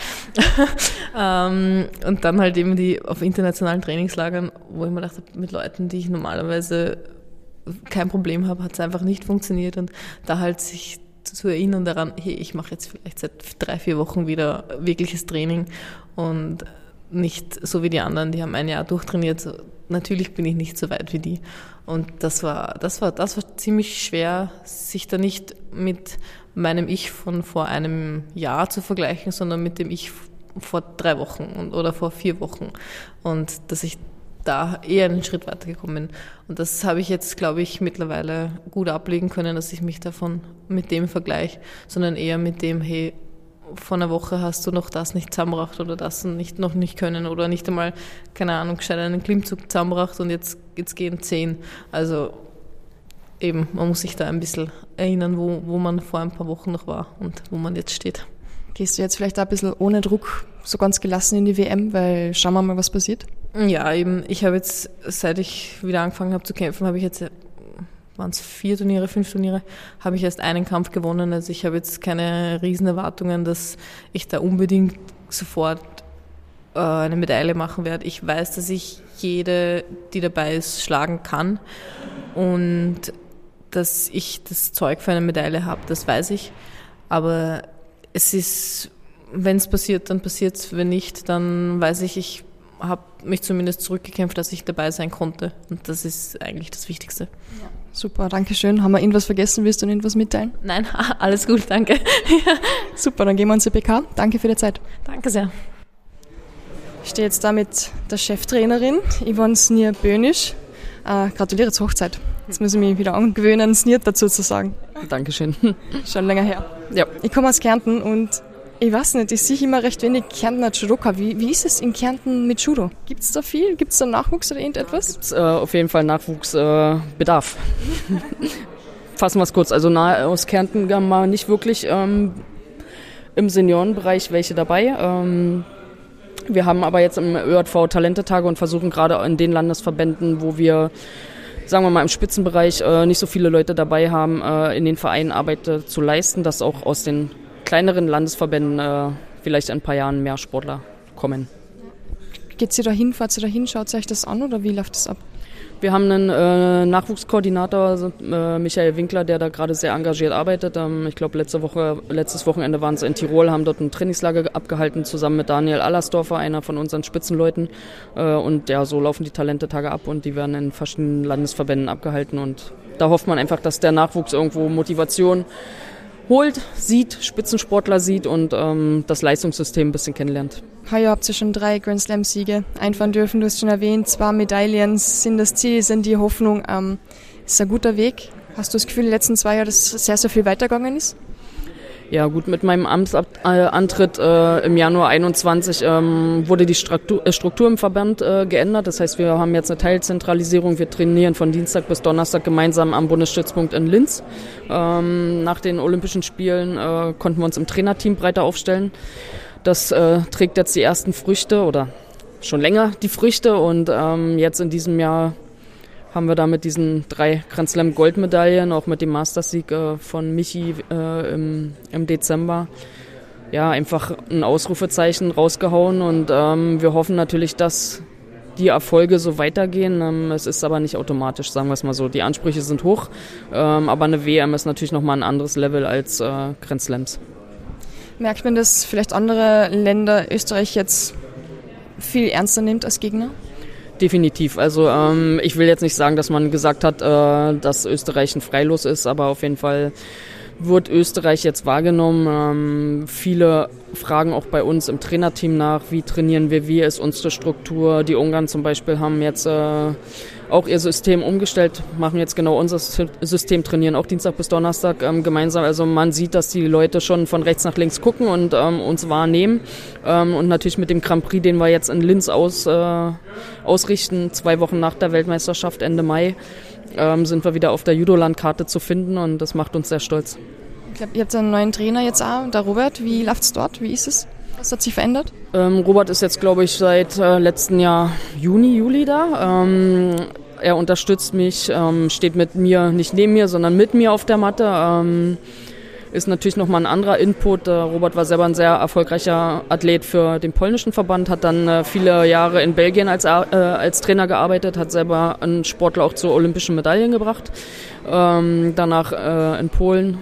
ähm, und dann halt eben die auf internationalen Trainingslagern, wo ich mir gedacht habe, mit Leuten, die ich normalerweise kein Problem habe, hat es einfach nicht funktioniert. Und da halt sich zu erinnern daran, hey, ich mache jetzt vielleicht seit drei, vier Wochen wieder wirkliches Training und nicht so wie die anderen, die haben ein Jahr durchtrainiert. So, natürlich bin ich nicht so weit wie die. Und das war, das war, das war ziemlich schwer, sich da nicht mit meinem Ich von vor einem Jahr zu vergleichen, sondern mit dem Ich vor drei Wochen und, oder vor vier Wochen. Und dass ich da eher einen Schritt weitergekommen bin. Und das habe ich jetzt, glaube ich, mittlerweile gut ablegen können, dass ich mich davon mit dem vergleiche, sondern eher mit dem, hey, vor einer Woche hast du noch das nicht zusammengebracht oder das nicht, noch nicht können oder nicht einmal, keine Ahnung, gescheit einen Klimmzug zusammengebracht und jetzt, jetzt gehen zehn. Also eben, man muss sich da ein bisschen erinnern, wo, wo man vor ein paar Wochen noch war und wo man jetzt steht. Gehst du jetzt vielleicht auch ein bisschen ohne Druck so ganz gelassen in die W M, weil schauen wir mal, was passiert? Ja, eben, ich habe jetzt, seit ich wieder angefangen habe zu kämpfen, habe ich jetzt, waren es vier Turniere, fünf Turniere, habe ich erst einen Kampf gewonnen. Also ich habe jetzt keine riesen Erwartungen, dass ich da unbedingt sofort äh, eine Medaille machen werde. Ich weiß, dass ich jede, die dabei ist, schlagen kann und dass ich das Zeug für eine Medaille habe, das weiß ich. Aber es ist, wenn es passiert, dann passiert es. Wenn nicht, dann weiß ich, ich habe mich zumindest zurückgekämpft, dass ich dabei sein konnte. Und das ist eigentlich das Wichtigste. Ja. Super, danke schön. Haben wir irgendwas vergessen? Willst du noch irgendwas mitteilen? Nein, alles gut, danke. Super, dann gehen wir ins C P K. Danke für die Zeit. Danke sehr. Ich stehe jetzt da mit der Cheftrainerin, Yvonne Snier-Bönisch. Äh, gratuliere zur Hochzeit. Jetzt muss ich mich wieder angewöhnen, Sniert dazu zu sagen. Dankeschön. Schon länger her. Ja. Ich komme aus Kärnten und ich weiß nicht, ich sehe immer recht wenig Kärntner Judoka. Wie, wie ist es in Kärnten mit Judo? Gibt es da viel? Gibt es da Nachwuchs oder irgendetwas? Gibt es äh, auf jeden Fall Nachwuchsbedarf. Äh, Fassen wir es kurz. Also nahe aus Kärnten haben wir nicht wirklich ähm, im Seniorenbereich welche dabei. Ähm, wir haben aber jetzt im Ö J V Talentetage und versuchen gerade in den Landesverbänden, wo wir, sagen wir mal, im Spitzenbereich äh, nicht so viele Leute dabei haben, äh, in den Vereinen Arbeit äh, zu leisten, dass auch aus den kleineren Landesverbänden äh, vielleicht in ein paar Jahren mehr Sportler kommen. Geht ihr da hin, fahrt ihr da hin, schaut euch das an oder wie läuft das ab? Wir haben einen äh, Nachwuchskoordinator, äh, Michael Winkler, der da gerade sehr engagiert arbeitet. Ähm, ich glaube, letzte Woche, letztes Wochenende waren sie in Tirol, haben dort ein Trainingslager abgehalten, zusammen mit Daniel Allersdorfer, einer von unseren Spitzenleuten. Äh, und ja, so laufen die Talentetage ab und die werden in verschiedenen Landesverbänden abgehalten. Und da hofft man einfach, dass der Nachwuchs irgendwo Motivation holt, sieht, Spitzensportler sieht und ähm, das Leistungssystem ein bisschen kennenlernt. Heuer habt ihr schon drei Grand Slam-Siege einfahren dürfen, du hast schon erwähnt, zwei Medaillen sind das Ziel, sind die Hoffnung. Ähm, ist ein guter Weg. Hast du das Gefühl, die letzten zwei Jahre, dass sehr, sehr viel weitergegangen ist? Ja gut, mit meinem Amtsantritt äh, im Januar einundzwanzig ähm, wurde die Struktur, äh, Struktur im Verband äh, geändert. Das heißt, wir haben jetzt eine Teilzentralisierung. Wir trainieren von Dienstag bis Donnerstag gemeinsam am Bundesstützpunkt in Linz. Ähm, nach den Olympischen Spielen äh, konnten wir uns im Trainerteam breiter aufstellen. Das äh, trägt jetzt die ersten Früchte oder schon länger die Früchte. Und ähm, jetzt in diesem Jahr haben wir da mit diesen drei Grand Slam Goldmedaillen, auch mit dem Mastersieg äh, von Michi äh, im, im Dezember, ja, einfach ein Ausrufezeichen rausgehauen und ähm, wir hoffen natürlich, dass die Erfolge so weitergehen. Ähm, es ist aber nicht automatisch, sagen wir es mal so. Die Ansprüche sind hoch, ähm, aber eine W M ist natürlich nochmal ein anderes Level als äh, Grand Slams. Merkt man, dass vielleicht andere Länder Österreich jetzt viel ernster nimmt als Gegner? Definitiv. Also ähm, ich will jetzt nicht sagen, dass man gesagt hat, äh, dass Österreich ein Freilos ist, aber auf jeden Fall wird Österreich jetzt wahrgenommen. Ähm, viele fragen auch bei uns im Trainerteam nach, wie trainieren wir, wie ist unsere Struktur. Die Ungarn zum Beispiel haben jetzt äh, auch ihr System umgestellt, machen jetzt genau unser System, trainieren auch Dienstag bis Donnerstag ähm, gemeinsam. Also man sieht, dass die Leute schon von rechts nach links gucken und ähm, uns wahrnehmen. Ähm, und natürlich mit dem Grand Prix, den wir jetzt in Linz aus, äh, ausrichten, zwei Wochen nach der Weltmeisterschaft Ende Mai, ähm, sind wir wieder auf der Judo-Landkarte zu finden und das macht uns sehr stolz. Ich glaube, ihr habt einen neuen Trainer jetzt auch, der Robert. Wie läuft es dort? Wie ist es? Was hat sich verändert? Ähm, Robert ist jetzt, glaube ich, seit äh, letzten Jahr Juni, Juli da. Ähm, er unterstützt mich, ähm, steht mit mir, nicht neben mir, sondern mit mir auf der Matte. Ähm, ist natürlich nochmal ein anderer Input. Äh, Robert war selber ein sehr erfolgreicher Athlet für den polnischen Verband, hat dann äh, viele Jahre in Belgien als, äh, als Trainer gearbeitet, hat selber einen Sportler auch zu olympischen Medaillen gebracht. Ähm, danach äh, in Polen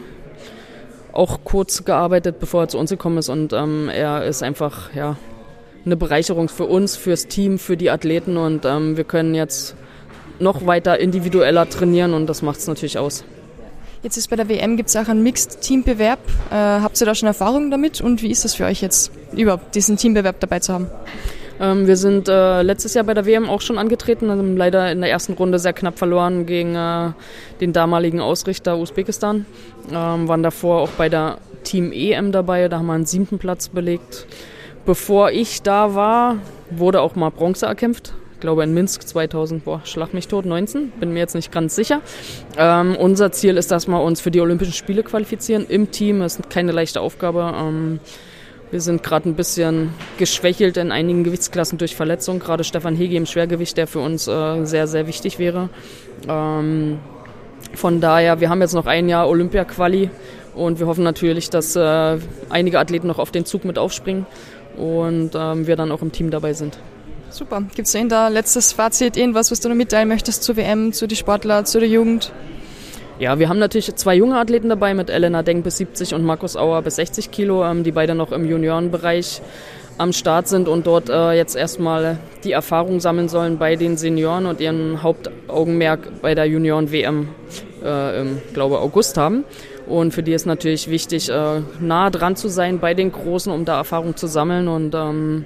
auch kurz gearbeitet, bevor er zu uns gekommen ist und ähm, er ist einfach ja eine Bereicherung für uns, fürs Team, für die Athleten und ähm, wir können jetzt noch weiter individueller trainieren und das macht es natürlich aus. Jetzt ist bei der W M, gibt es auch einen Mixed-Teambewerb. Äh, habt ihr da schon Erfahrung damit und wie ist es für euch jetzt, überhaupt diesen Teambewerb dabei zu haben? Ähm, wir sind äh, letztes Jahr bei der W M auch schon angetreten, haben leider in der ersten Runde sehr knapp verloren gegen äh, den damaligen Ausrichter Usbekistan. Ähm, waren davor auch bei der Team-E M dabei, da haben wir einen siebten Platz belegt. Bevor ich da war, wurde auch mal Bronze erkämpft. Ich glaube in Minsk zweitausend, boah, schlag mich tot, neunzehn, bin mir jetzt nicht ganz sicher. Ähm, unser Ziel ist, dass wir uns für die Olympischen Spiele qualifizieren im Team. Das ist keine leichte Aufgabe. Ähm, wir sind gerade ein bisschen geschwächelt in einigen Gewichtsklassen durch Verletzungen. Gerade Stefan Hegi im Schwergewicht, der für uns äh, sehr, sehr wichtig wäre. Ähm, von daher, wir haben jetzt noch ein Jahr Olympia-Quali und wir hoffen natürlich, dass äh, einige Athleten noch auf den Zug mit aufspringen und ähm, wir dann auch im Team dabei sind. Super. Gibt es da in der letztes Fazit irgendwas, was du noch mitteilen möchtest zur W M, zu den Sportlern, zu der Jugend? Ja, wir haben natürlich zwei junge Athleten dabei mit Elena Denk bis siebzig und Markus Auer bis sechzig Kilo, ähm, die beide noch im Juniorenbereich am Start sind und dort äh, jetzt erstmal die Erfahrung sammeln sollen bei den Senioren und ihren Hauptaugenmerk bei der Junioren-W M äh, im, glaube August haben. Und für die ist natürlich wichtig, äh, nah dran zu sein bei den Großen, um da Erfahrung zu sammeln und ähm,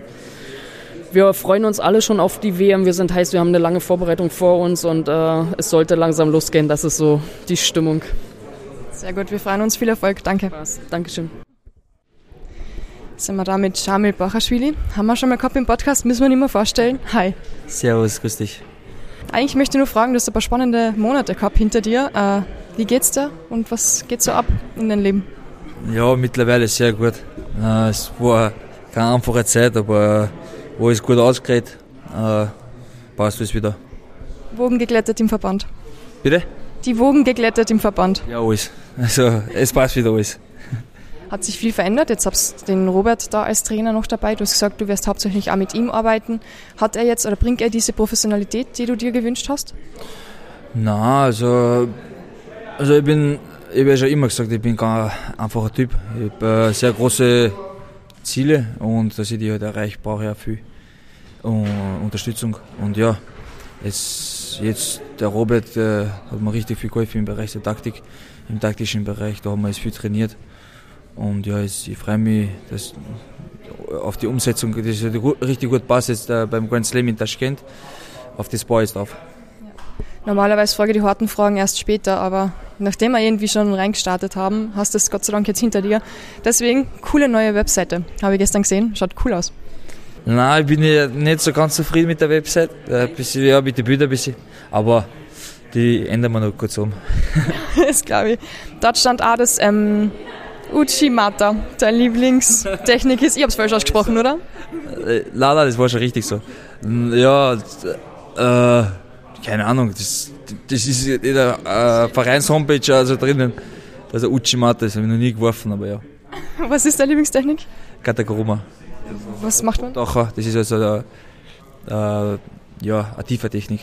wir freuen uns alle schon auf die W M. Wir sind heiß, wir haben eine lange Vorbereitung vor uns und äh, es sollte langsam losgehen. Das ist so die Stimmung. Sehr gut, wir freuen uns. Viel Erfolg. Danke. Dankeschön. Sind wir da mit Shamil Bochaschwili. Haben wir schon mal gehabt im Podcast, müssen wir nicht mehr vorstellen. Hi. Servus, grüß dich. Eigentlich möchte ich nur fragen, du hast ein paar spannende Monate gehabt hinter dir. Äh, wie geht's dir und was geht so ab in deinem Leben? Ja, mittlerweile sehr gut. Äh, es war keine einfache Zeit, aber alles gut ausgeredet, äh, passt alles wieder. Wogen geglättet im Verband. Bitte? Die Wogen geglättet im Verband. Ja, alles. Also, es passt wieder alles. Hat sich viel verändert? Jetzt hab's den Robert da als Trainer noch dabei. Du hast gesagt, du wirst hauptsächlich auch mit ihm arbeiten. Hat er jetzt oder bringt er diese Professionalität, die du dir gewünscht hast? Nein, also, also ich bin, ich habe ja schon immer gesagt, ich bin kein einfacher Typ. Ich habe äh, sehr große Ziele und dass ich die halt erreiche, brauche ich auch viel uh, Unterstützung. Und ja, es, jetzt der Robert äh, hat mir richtig viel geholfen im Bereich der Taktik, im taktischen Bereich, da haben wir jetzt viel trainiert Und ja, ich freue mich dass, auf die Umsetzung, das ist richtig gut passt jetzt äh, beim Grand Slam in Taschkent. Auf das baue ich drauf. Normalerweise frage ich die harten Fragen erst später, aber nachdem wir irgendwie schon reingestartet haben, hast du es Gott sei Dank jetzt hinter dir. Deswegen, coole neue Webseite. Habe ich gestern gesehen, schaut cool aus. Nein, ich bin ja nicht so ganz zufrieden mit der Website. Ein bisschen, ja, mit den Bildern ein bisschen. Aber die ändern wir noch kurz um. Das glaube ich. Dort stand auch das ähm, Uchimata, dein Lieblingstechnik ist. Ich habe es falsch ausgesprochen, oder? Äh, leider, das war schon richtig so. Ja, äh, keine Ahnung, das, das ist in der äh, Vereins-Homepage also drinnen. Also Uchimata, das habe ich noch nie geworfen, aber ja. Was ist deine Lieblingstechnik? Katakuruma. Was macht man? Doch, das ist also eine, äh, ja, eine tiefe Technik.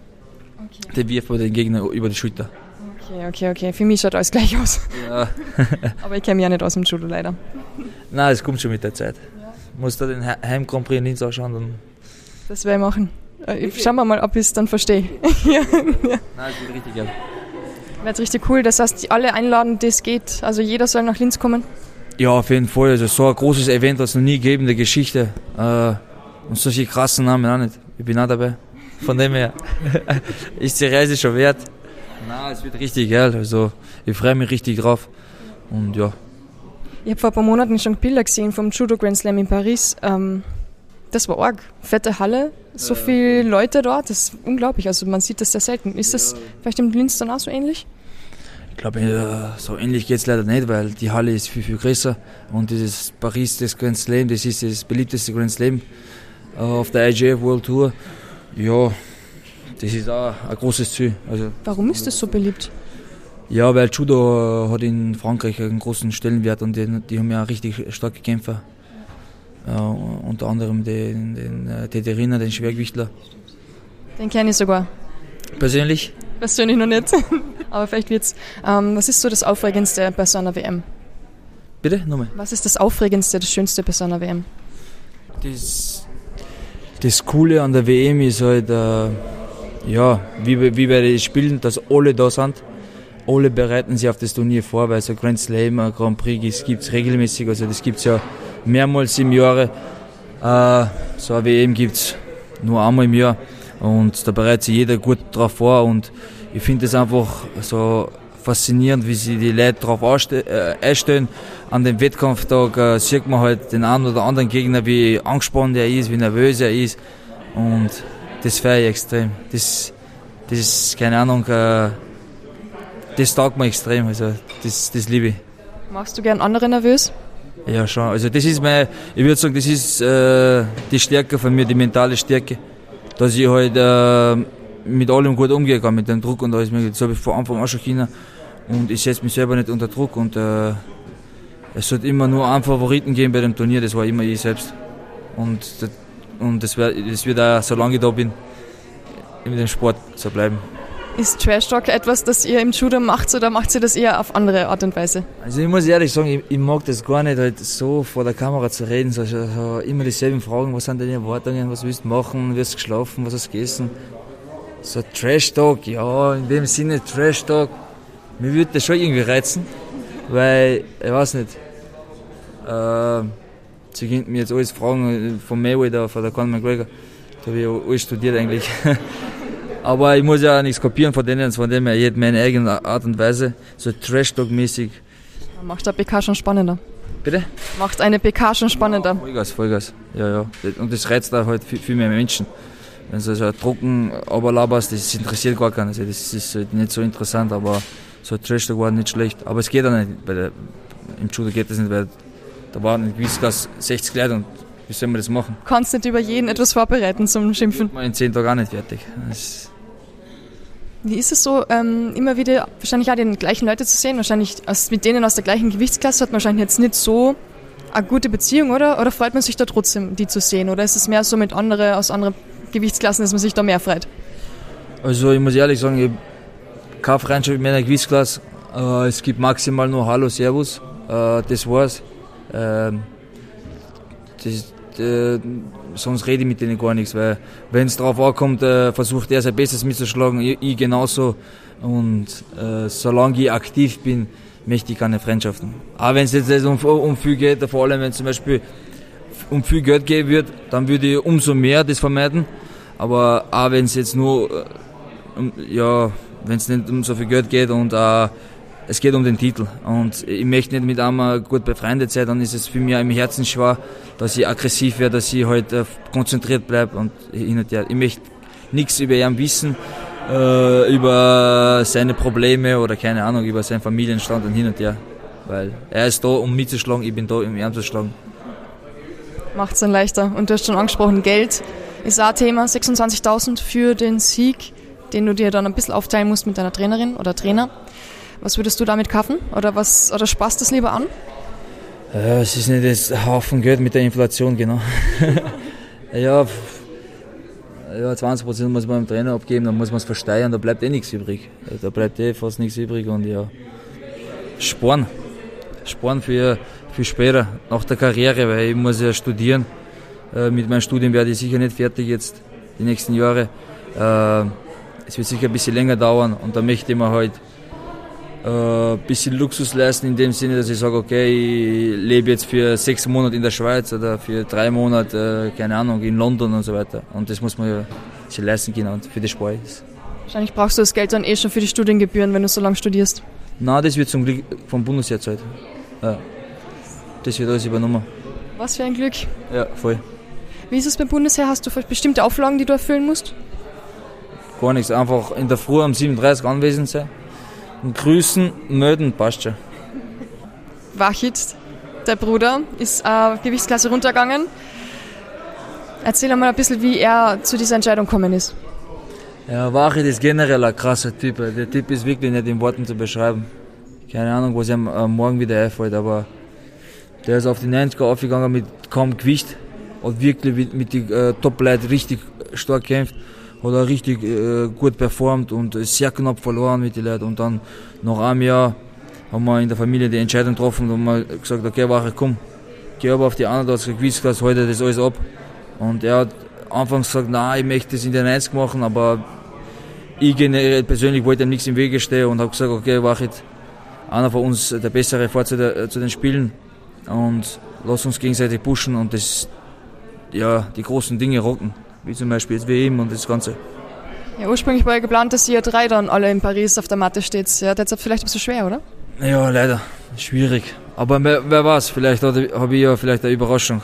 Okay. Der wirft man den Gegner über die Schulter. Okay, okay, okay. Für mich schaut alles gleich aus. Ja. Aber ich kenne mich ja nicht aus dem Judo, leider. Nein, es kommt schon mit der Zeit. Ja. Muss da den Heim Grand Prix in Linz anschauen. Dann das werde ich machen. Schauen wir mal, ob ich es dann verstehe. Ja. Ja. Nein, das wird richtig geil. Wird richtig cool. Das heißt, alle einladen, das geht. Also jeder soll nach Linz kommen. Ja, auf jeden Fall. Also so ein großes Event hat es noch nie gegeben in der Geschichte. Äh, und solche krassen Namen auch nicht. Ich bin auch dabei. Von dem her ist die Reise schon wert. Nein, es wird richtig geil. Also ich freue mich richtig drauf. Und ja. Ich habe vor ein paar Monaten schon Bilder gesehen vom Judo Grand Slam in Paris. Ähm, das war arg. Fette Halle, so ja. Viele Leute dort. Das ist unglaublich. Also man sieht das sehr selten. Ist das ja. Vielleicht im Linz dann auch so ähnlich? Ich glaube, so ähnlich geht es leider nicht, weil die Halle ist viel, viel größer. Und dieses Paris, das Grand Slam, das ist das beliebteste Grand Slam auf der I J F World Tour. Ja, das ist auch ein großes Ziel. Also, warum ist das so beliebt? Ja, weil Judo hat in Frankreich einen großen Stellenwert und die, die haben ja richtig starke Kämpfer. Äh, unter anderem den, den Teterina, den Schwergewichtler. Den kenne ich sogar. Persönlich? Persönlich noch nicht, aber vielleicht wird's. Ähm, was ist so das Aufregendste bei so einer W M? Bitte? Nochmal. Was ist das Aufregendste, das Schönste bei so einer W M? Das, das Coole an der W M ist halt, äh, ja, wie, wie bei den Spielen, dass alle da sind. Alle bereiten sich auf das Turnier vor, weil so Grand Slam, ein Grand Prix gibt es regelmäßig, also das gibt es ja mehrmals im Jahr. Äh, so eine W M gibt es nur einmal im Jahr. Und da bereitet sich jeder gut drauf vor und ich finde es einfach so faszinierend, wie sich die Leute darauf einstellen. An dem Wettkampftag äh, sieht man halt den einen oder anderen Gegner, wie angespannt er ist, wie nervös er ist und das feiere ich extrem. Das, das ist, keine Ahnung, äh, das taugt mir extrem, also das, das liebe ich. Machst du gern andere nervös? Ja, schon. Also das ist mein, ich würde sagen, das ist äh, die Stärke von mir, die mentale Stärke. Dass ich halt äh, mit allem gut umgehen kann, mit dem Druck und alles mögliche. Das habe ich von Anfang an schon können. Und ich setze mich selber nicht unter Druck. Und äh, es sollte immer nur einen Favoriten geben bei dem Turnier, das war immer ich selbst. Und, und das, wär, das wird auch, solange ich da bin, in dem Sport so bleiben. Ist Trash Talk etwas, das ihr im Judo macht oder macht ihr das eher auf andere Art und Weise? Also ich muss ehrlich sagen, ich, ich mag das gar nicht, halt so vor der Kamera zu reden, so, so immer dieselben Fragen, was sind deine Erwartungen, was willst du machen, wirst du geschlafen, was hast du gegessen? So Trash Talk, ja, in dem Sinne Trash Talk, mir würde das schon irgendwie reizen, weil, ich weiß nicht, äh, sie könnten mir jetzt alles fragen, von Mayweather, von der Conor McGregor, da habe ich alles studiert eigentlich. Aber ich muss ja nichts kopieren von denen, von dem her jede meine eigene Art und Weise, so Trash-Talk-mäßig. Macht der P K schon spannender. Bitte? Macht eine P K schon spannender. Ja, Vollgas, Vollgas. Ja, ja. Und das reizt auch halt viel, viel mehr Menschen. Wenn du so trocken aberlaberst, das interessiert gar keinen. Also das ist halt nicht so interessant, aber so Trash-Talk war nicht schlecht. Aber es geht auch nicht, weil der, im Judo geht das nicht, weil da waren in Gewissengas sechzig Leute und wie soll man das machen? Du kannst nicht über jeden etwas vorbereiten zum Schimpfen. Man in zehn Tagen auch nicht fertig. Das Wie ist es so, ähm, immer wieder wahrscheinlich auch die gleichen Leute zu sehen? Wahrscheinlich aus, mit denen aus der gleichen Gewichtsklasse hat man wahrscheinlich jetzt nicht so eine gute Beziehung, oder? Oder freut man sich da trotzdem, die zu sehen? Oder ist es mehr so mit anderen aus anderen Gewichtsklassen, dass man sich da mehr freut? Also ich muss ehrlich sagen, ich habe keine Freundschaft mit meiner Gewichtsklasse. Äh, es gibt maximal nur Hallo, Servus. Äh, das war's. Äh, das, äh, sonst rede ich mit denen gar nichts, weil wenn es darauf ankommt, äh, versucht er sein Bestes mitzuschlagen, ich, ich genauso. Und äh, solange ich aktiv bin, möchte ich keine Freundschaften. Aber wenn es jetzt um, um viel geht, vor allem wenn es zum Beispiel um viel Geld gehen wird, dann würde ich umso mehr das vermeiden. Aber auch wenn es jetzt nur, um, ja, wenn es nicht um so viel Geld geht und uh, es geht um den Titel und ich möchte nicht mit einem gut befreundet sein, dann ist es für mich im Herzen schwer, dass ich aggressiv werde, dass ich halt uh, konzentriert bleibe und hin und her. Ich möchte nichts über ihn wissen, uh, über seine Probleme oder keine Ahnung, über seinen Familienstand und hin und her. Weil er ist da, um mitzuschlagen, ich bin da, um ihn zu schlagen. Macht es dann leichter. Und du hast schon angesprochen, Geld ist auch ein Thema. sechsundzwanzigtausend für den Sieg, den du dir dann ein bisschen aufteilen musst mit deiner Trainerin oder Trainer. Was würdest du damit kaufen? Oder was, oder sparst du das lieber an? Ja, es ist nicht das Haufen Geld mit der Inflation, genau. ja, ja, zwanzig Prozent muss man dem Trainer abgeben, dann muss man es versteuern, da bleibt eh nichts übrig. Da bleibt eh fast nichts übrig und ja, sparen. Sparen für, für später, nach der Karriere, weil ich muss ja studieren. Äh, mit meinem Studium werde ich sicher nicht fertig jetzt, die nächsten Jahre. Äh, es wird sicher ein bisschen länger dauern und da möchte ich mir halt äh, ein bisschen Luxus leisten, in dem Sinne, dass ich sage, okay, ich lebe jetzt für sechs Monate in der Schweiz oder für drei Monate, äh, keine Ahnung, in London und so weiter. Und das muss man ja sich leisten können und für das spare ich. Wahrscheinlich brauchst du das Geld dann eh schon für die Studiengebühren, wenn du so lange studierst. Nein, das wird zum Glück vom Bundesheer gezahlt. Ja. Das wird alles übernommen. Was für ein Glück. Ja, voll. Wie ist es beim Bundesheer? Hast du bestimmte Auflagen, die du erfüllen musst? Gar nichts. Einfach in der Früh um siebenunddreißig anwesend sein und grüßen, melden, passt schon. Wachit, der Bruder, ist eine Gewichtsklasse runtergegangen. Erzähl einmal ein bisschen, wie er zu dieser Entscheidung gekommen ist. Ja, Wachit ist generell ein krasser Typ. Der Typ ist wirklich nicht in Worten zu beschreiben. Keine Ahnung, was ihm äh, morgen wieder einfällt, aber der ist auf die neunziger aufgegangen mit kaum Gewicht, hat wirklich mit, mit den äh, Top-Leuten richtig stark gekämpft, hat auch richtig äh, gut performt und ist sehr knapp verloren mit den Leuten. Und dann nach einem Jahr haben wir in der Familie die Entscheidung getroffen und haben gesagt, okay, Wachit, komm, geh aber auf die andere Gewichtsklasse, heute das alles ab. Und er hat anfangs gesagt, nein, ich möchte das in der neunzig machen, aber ich generell persönlich wollte ihm nichts im Wege stehen und habe gesagt, okay, Wachit, einer von uns, der Bessere, fährt zu, der, zu den Spielen und lass uns gegenseitig pushen und das, ja, die großen Dinge rocken, wie zum Beispiel das W M und das Ganze. Ja, ursprünglich war ja geplant, dass ihr drei dann alle in Paris auf der Matte steht. Ja, das ist vielleicht ein bisschen schwer, oder? Ja, leider, schwierig. Aber wer, wer weiß, vielleicht habe ich ja vielleicht eine Überraschung.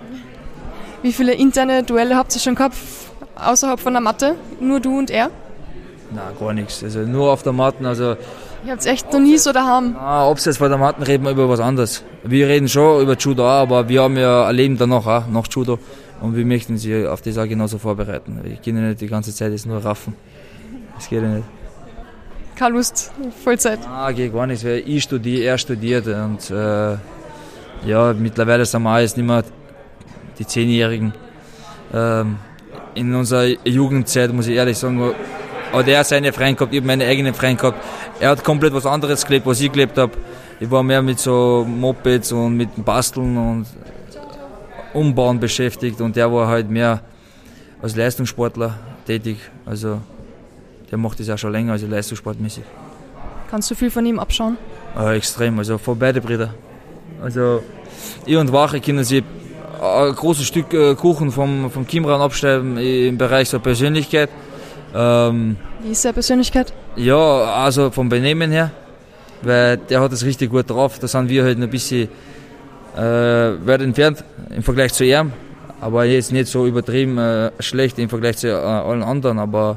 Wie viele interne Duelle habt ihr schon gehabt, außerhalb von der Matte? Nur du und er? Nein, gar nichts. Also nur auf der Matte. Also ihr habt es echt noch nie so daheim. Ah, abseits von der Matte reden wir über was anderes. Wir reden schon über Judo auch, aber wir haben ja ein Leben danach auch, nach Judo. Und wir möchten sie auf das auch genauso vorbereiten. Ich kann ja nicht die ganze Zeit jetzt nur raffen. Das geht ja nicht. Keine Lust, Vollzeit? Ah, geht gar nichts, weil ich studiere, er studiert. Und äh, ja, mittlerweile sind wir auch jetzt nicht mehr die Zehnjährigen. Ähm, in unserer Jugendzeit, muss ich ehrlich sagen, hat er seine Freunde gehabt, ich habe meine eigenen Freunde gehabt. Er hat komplett was anderes gelebt, was ich gelebt habe. Ich war mehr mit so Mopeds und mit Basteln und Umbauen beschäftigt und der war halt mehr als Leistungssportler tätig. Also der macht das auch schon länger, also leistungssportmäßig. Kannst du viel von ihm abschauen? Äh, extrem, also von beide Brüder. Also ich und Wache können sie ein großes Stück Kuchen vom, vom Kimran abschneiden im Bereich so Persönlichkeit. Ähm, Wie ist seine Persönlichkeit? Ja, also vom Benehmen her, weil der hat es richtig gut drauf. Da sind wir halt ein bisschen äh, weit entfernt im Vergleich zu ihm, aber jetzt nicht so übertrieben äh, schlecht im Vergleich zu äh, allen anderen, aber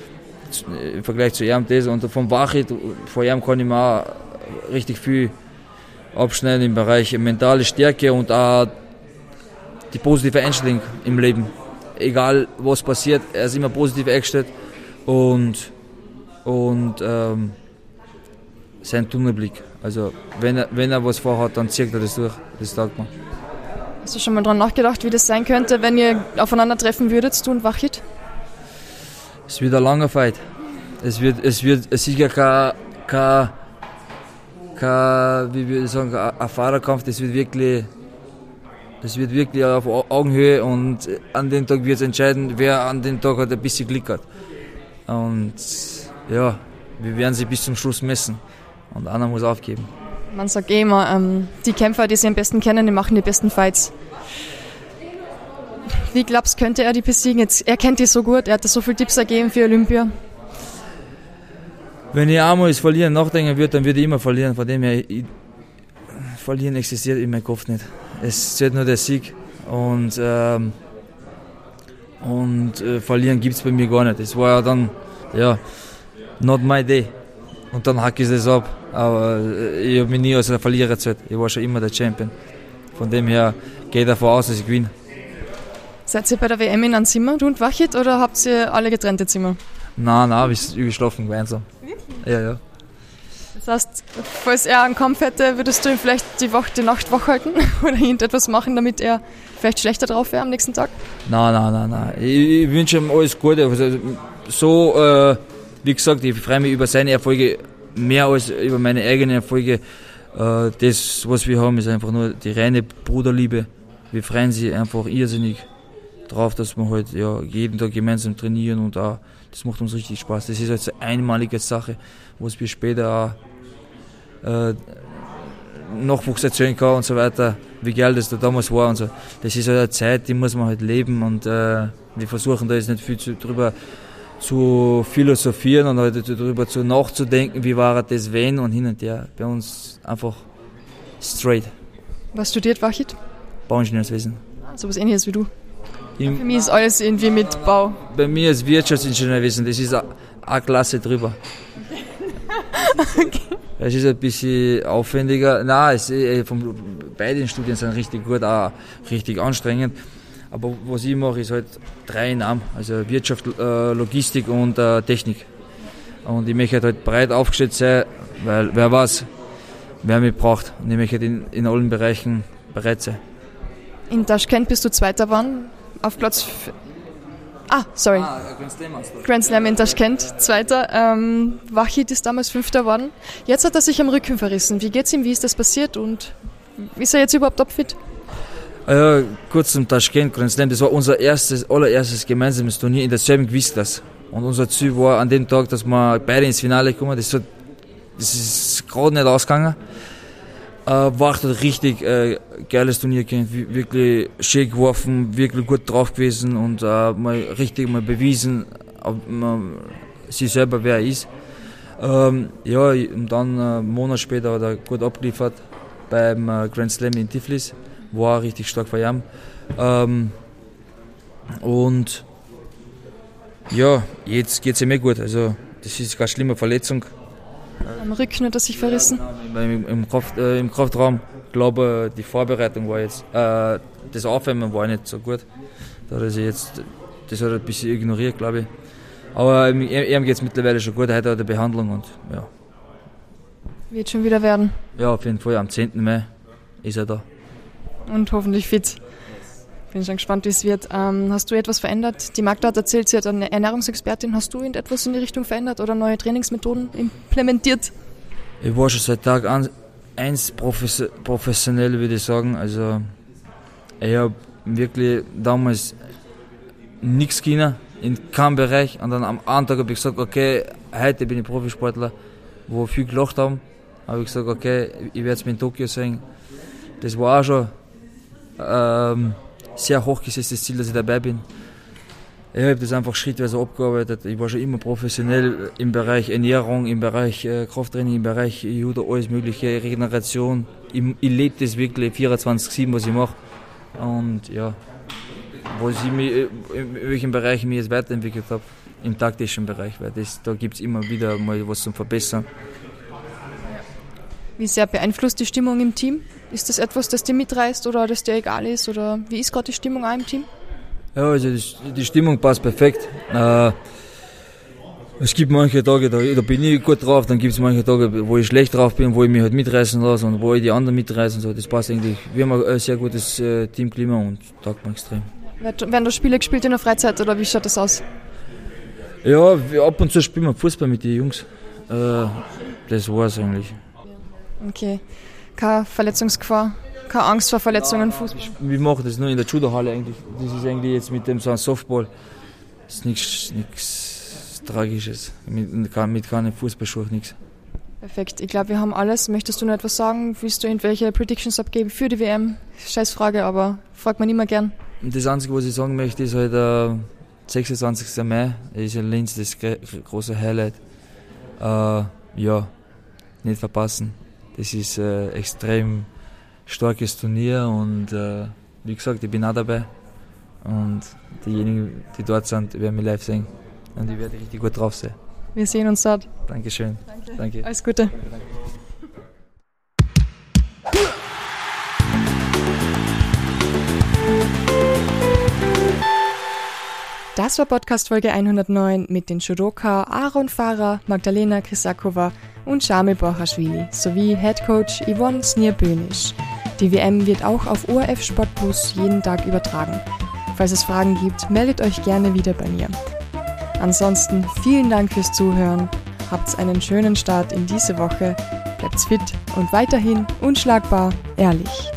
im Vergleich zu ihm das. Und vom Wachit, von ihm kann ich mir auch richtig viel abschneiden im Bereich mentale Stärke und auch die positive Einstellung im Leben. Egal was passiert, er ist immer positiv eingestellt und, und ähm, sein Tunnelblick. Also wenn er, wenn er was vorhat, dann zieht er das durch. Das taugt mir. Hast du schon mal daran nachgedacht, wie das sein könnte, wenn ihr aufeinandertreffen würdet, du und Wachit? Es wird ein langer Fight. Es wird, es wird sicher kein, kein, kein, wie würde ich sagen, ein Fahrerkampf. Das wird wirklich Das wird wirklich auf Augenhöhe und an dem Tag wird es entscheiden, wer an dem Tag halt ein bisschen Glück hat. Und ja, wir werden sie bis zum Schluss messen und einer muss aufgeben. Man sagt eh immer, ähm, die Kämpfer, die sie am besten kennen, die machen die besten Fights. Wie glaubst du, könnte er die besiegen? Jetzt, er kennt die so gut, er hat so viele Tipps ergeben für Olympia. Wenn ich einmal das Verlieren nachdenken würde, dann würde ich immer verlieren. Von dem her, ich, Verlieren existiert in meinem Kopf nicht. Es zählt nur der Sieg. Und, ähm, und äh, Verlieren gibt es bei mir gar nicht. Es war ja dann, ja, not my day. Und dann hacke ich das ab. Aber äh, ich habe mich nie als ein Verlierer gezählt. Ich war schon immer der Champion. Von dem her gehe ich davon aus, dass ich gewinne. Seid ihr bei der W M in einem Zimmer, du und Wachit, oder habt ihr alle getrennte Zimmer? Nein, nein, wir, wir schlafen gemeinsam. Wirklich? Ja, ja. Das heißt, falls er einen Kampf hätte, würdest du ihm vielleicht die, Woche, die Nacht wach halten oder irgendetwas machen, damit er vielleicht schlechter drauf wäre am nächsten Tag? Nein, nein, nein, nein. Ich, ich wünsche ihm alles Gute. Also, so, äh, wie gesagt, ich freue mich über seine Erfolge mehr als über meine eigenen Erfolge. Äh, das, was wir haben, ist einfach nur die reine Bruderliebe. Wir freuen sich einfach irrsinnig drauf, dass wir halt ja, jeden Tag gemeinsam trainieren und auch, das macht uns richtig Spaß. Das ist jetzt eine einmalige Sache, was wir später auch äh, Nachwuchs erzählen kann und so weiter, wie geil das da damals war und so. Das ist halt eine Zeit, die muss man halt leben und äh, wir versuchen da jetzt nicht viel zu, drüber zu philosophieren und halt darüber zu nachzudenken, wie war das wenn und hin und her. Bei uns einfach straight. Was studiert Wachit? Bauingenieurswesen. So was Ähnliches wie du. Im, Für mich ist alles irgendwie mit Bau. Bei mir ist Wirtschaftsingenieurwesen, das ist eine Klasse drüber. Okay. Es ist ein bisschen aufwendiger. Nein, es, von beiden Studien sind richtig gut, auch richtig anstrengend. Aber was ich mache, ist halt drei in einem. Also Wirtschaft, äh, Logistik und äh, Technik. Und ich möchte halt breit aufgestellt sein, weil wer weiß, wer mich braucht. Und ich möchte in, in allen Bereichen bereit sein. In Taschkent bist du Zweiter geworden, auf Platz... F- ah, sorry. Ah, Grand Slam, Grand Slam in Taschkent, Zweiter. Ähm, Wachit ist damals Fünfter geworden. Jetzt hat er sich am Rücken verrissen. Wie geht's ihm? Wie ist das passiert? Und ist er jetzt überhaupt topfit? Ja, kurz zum Taschkent Grand Slam. Das war unser erstes, allererstes gemeinsames Turnier in derselben Gewichtsklasse. Und unser Ziel war an dem Tag, dass wir beide ins Finale kommen. Das, hat, das ist gerade nicht ausgegangen. Äh, war halt richtig äh, geiles Turnier, wirklich schön geworfen, wirklich gut drauf gewesen und äh, mal richtig mal bewiesen, ob man sich selber wer er ist. Ähm, ja, und dann äh, einen Monat später hat er gut abgeliefert beim äh, Grand Slam in Tiflis, war richtig stark für ihn. Ähm, und ja, jetzt geht es ihm eh gut, also das ist keine schlimme Verletzung. Am Rücken hat er sich verrissen? Ja, im, im, Kraft, äh, im Kraftraum. Ich glaube, die Vorbereitung war jetzt, äh, das Aufwärmen war nicht so gut. Da hat er sich jetzt, das hat er ein bisschen ignoriert, glaube ich. Aber ihm, ihm geht es mittlerweile schon gut, heute hat er Behandlung und ja. Wird schon wieder werden? Ja, auf jeden Fall, am zehnten Mai ist er da. Und hoffentlich fit. Bin schon gespannt, wie es wird. Ähm, hast du etwas verändert? Die Magda hat erzählt, sie hat eine Ernährungsexpertin. Hast du irgendetwas in die Richtung verändert oder neue Trainingsmethoden implementiert? Ich war schon seit Tag eins professionell, würde ich sagen. Also, ich habe wirklich damals nichts können, in keinem Bereich. Und dann am einen Tag habe ich gesagt, okay, heute bin ich Profisportler, wo viel gelacht haben. Habe ich gesagt, okay, ich werde es mir in Tokio sehen. Das war auch schon ähm, sehr hochgesetztes Ziel, dass ich dabei bin. Ich habe das einfach schrittweise abgearbeitet. Ich war schon immer professionell im Bereich Ernährung, im Bereich äh, Krafttraining, im Bereich Judo, alles mögliche, Regeneration. Ich, ich lebe das wirklich vierundzwanzig sieben, was ich mache. Und ja, was ich mich, in welchem Bereich ich mich jetzt weiterentwickelt habe, im taktischen Bereich, weil das, da gibt es immer wieder mal was zum Verbessern. Wie sehr beeinflusst die Stimmung im Team? Ist das etwas, das dir mitreißt oder das dir egal ist? Oder wie ist gerade die Stimmung auch im Team? Ja, also die, die Stimmung passt perfekt. Äh, es gibt manche Tage, da, da bin ich gut drauf, dann gibt es manche Tage, wo ich schlecht drauf bin, wo ich mich halt mitreißen lasse und wo ich die anderen mitreißen. So. Das passt eigentlich. Wir haben ein sehr gutes äh, Teamklima und taugt mir extrem. Werden da Spiele gespielt in der Freizeit oder wie schaut das aus? Ja, wir, ab und zu spielen wir Fußball mit den Jungs. Äh, das war's eigentlich. Okay. Keine Verletzungsgefahr, keine Angst vor Verletzungen im Fußball? Wir machen das nur in der Judo-Halle eigentlich. Das ist eigentlich jetzt mit dem so ein Softball. Das ist nichts Tragisches. Mit, mit keinem Fußballschuh, nichts. Perfekt. Ich glaube, wir haben alles. Möchtest du noch etwas sagen? Willst du irgendwelche Predictions abgeben für die W M? Scheißfrage, aber fragt man immer gern. Das Einzige, was ich sagen möchte, ist halt der sechsundzwanzigster Mai. Das ist in Linz das große Highlight. Äh, ja, nicht verpassen. Das ist ein extrem starkes Turnier und äh, wie gesagt, ich bin auch dabei. Und diejenigen, die dort sind, werden mich live sehen. Und ich werde richtig gut drauf sein. Wir sehen uns dort. Dankeschön. Danke. Danke. Alles Gute. Danke, danke. Das war Podcast Folge hundertneun mit den Judoka Aaron Fahrer, Magdalena Krysakova und Shamil Borchashvili sowie Headcoach Yvonne Snier-Bönisch. Die W M wird auch auf O R F Sport Plus jeden Tag übertragen. Falls es Fragen gibt, meldet euch gerne wieder bei mir. Ansonsten vielen Dank fürs Zuhören, habt einen schönen Start in diese Woche, bleibt fit und weiterhin unschlagbar ehrlich.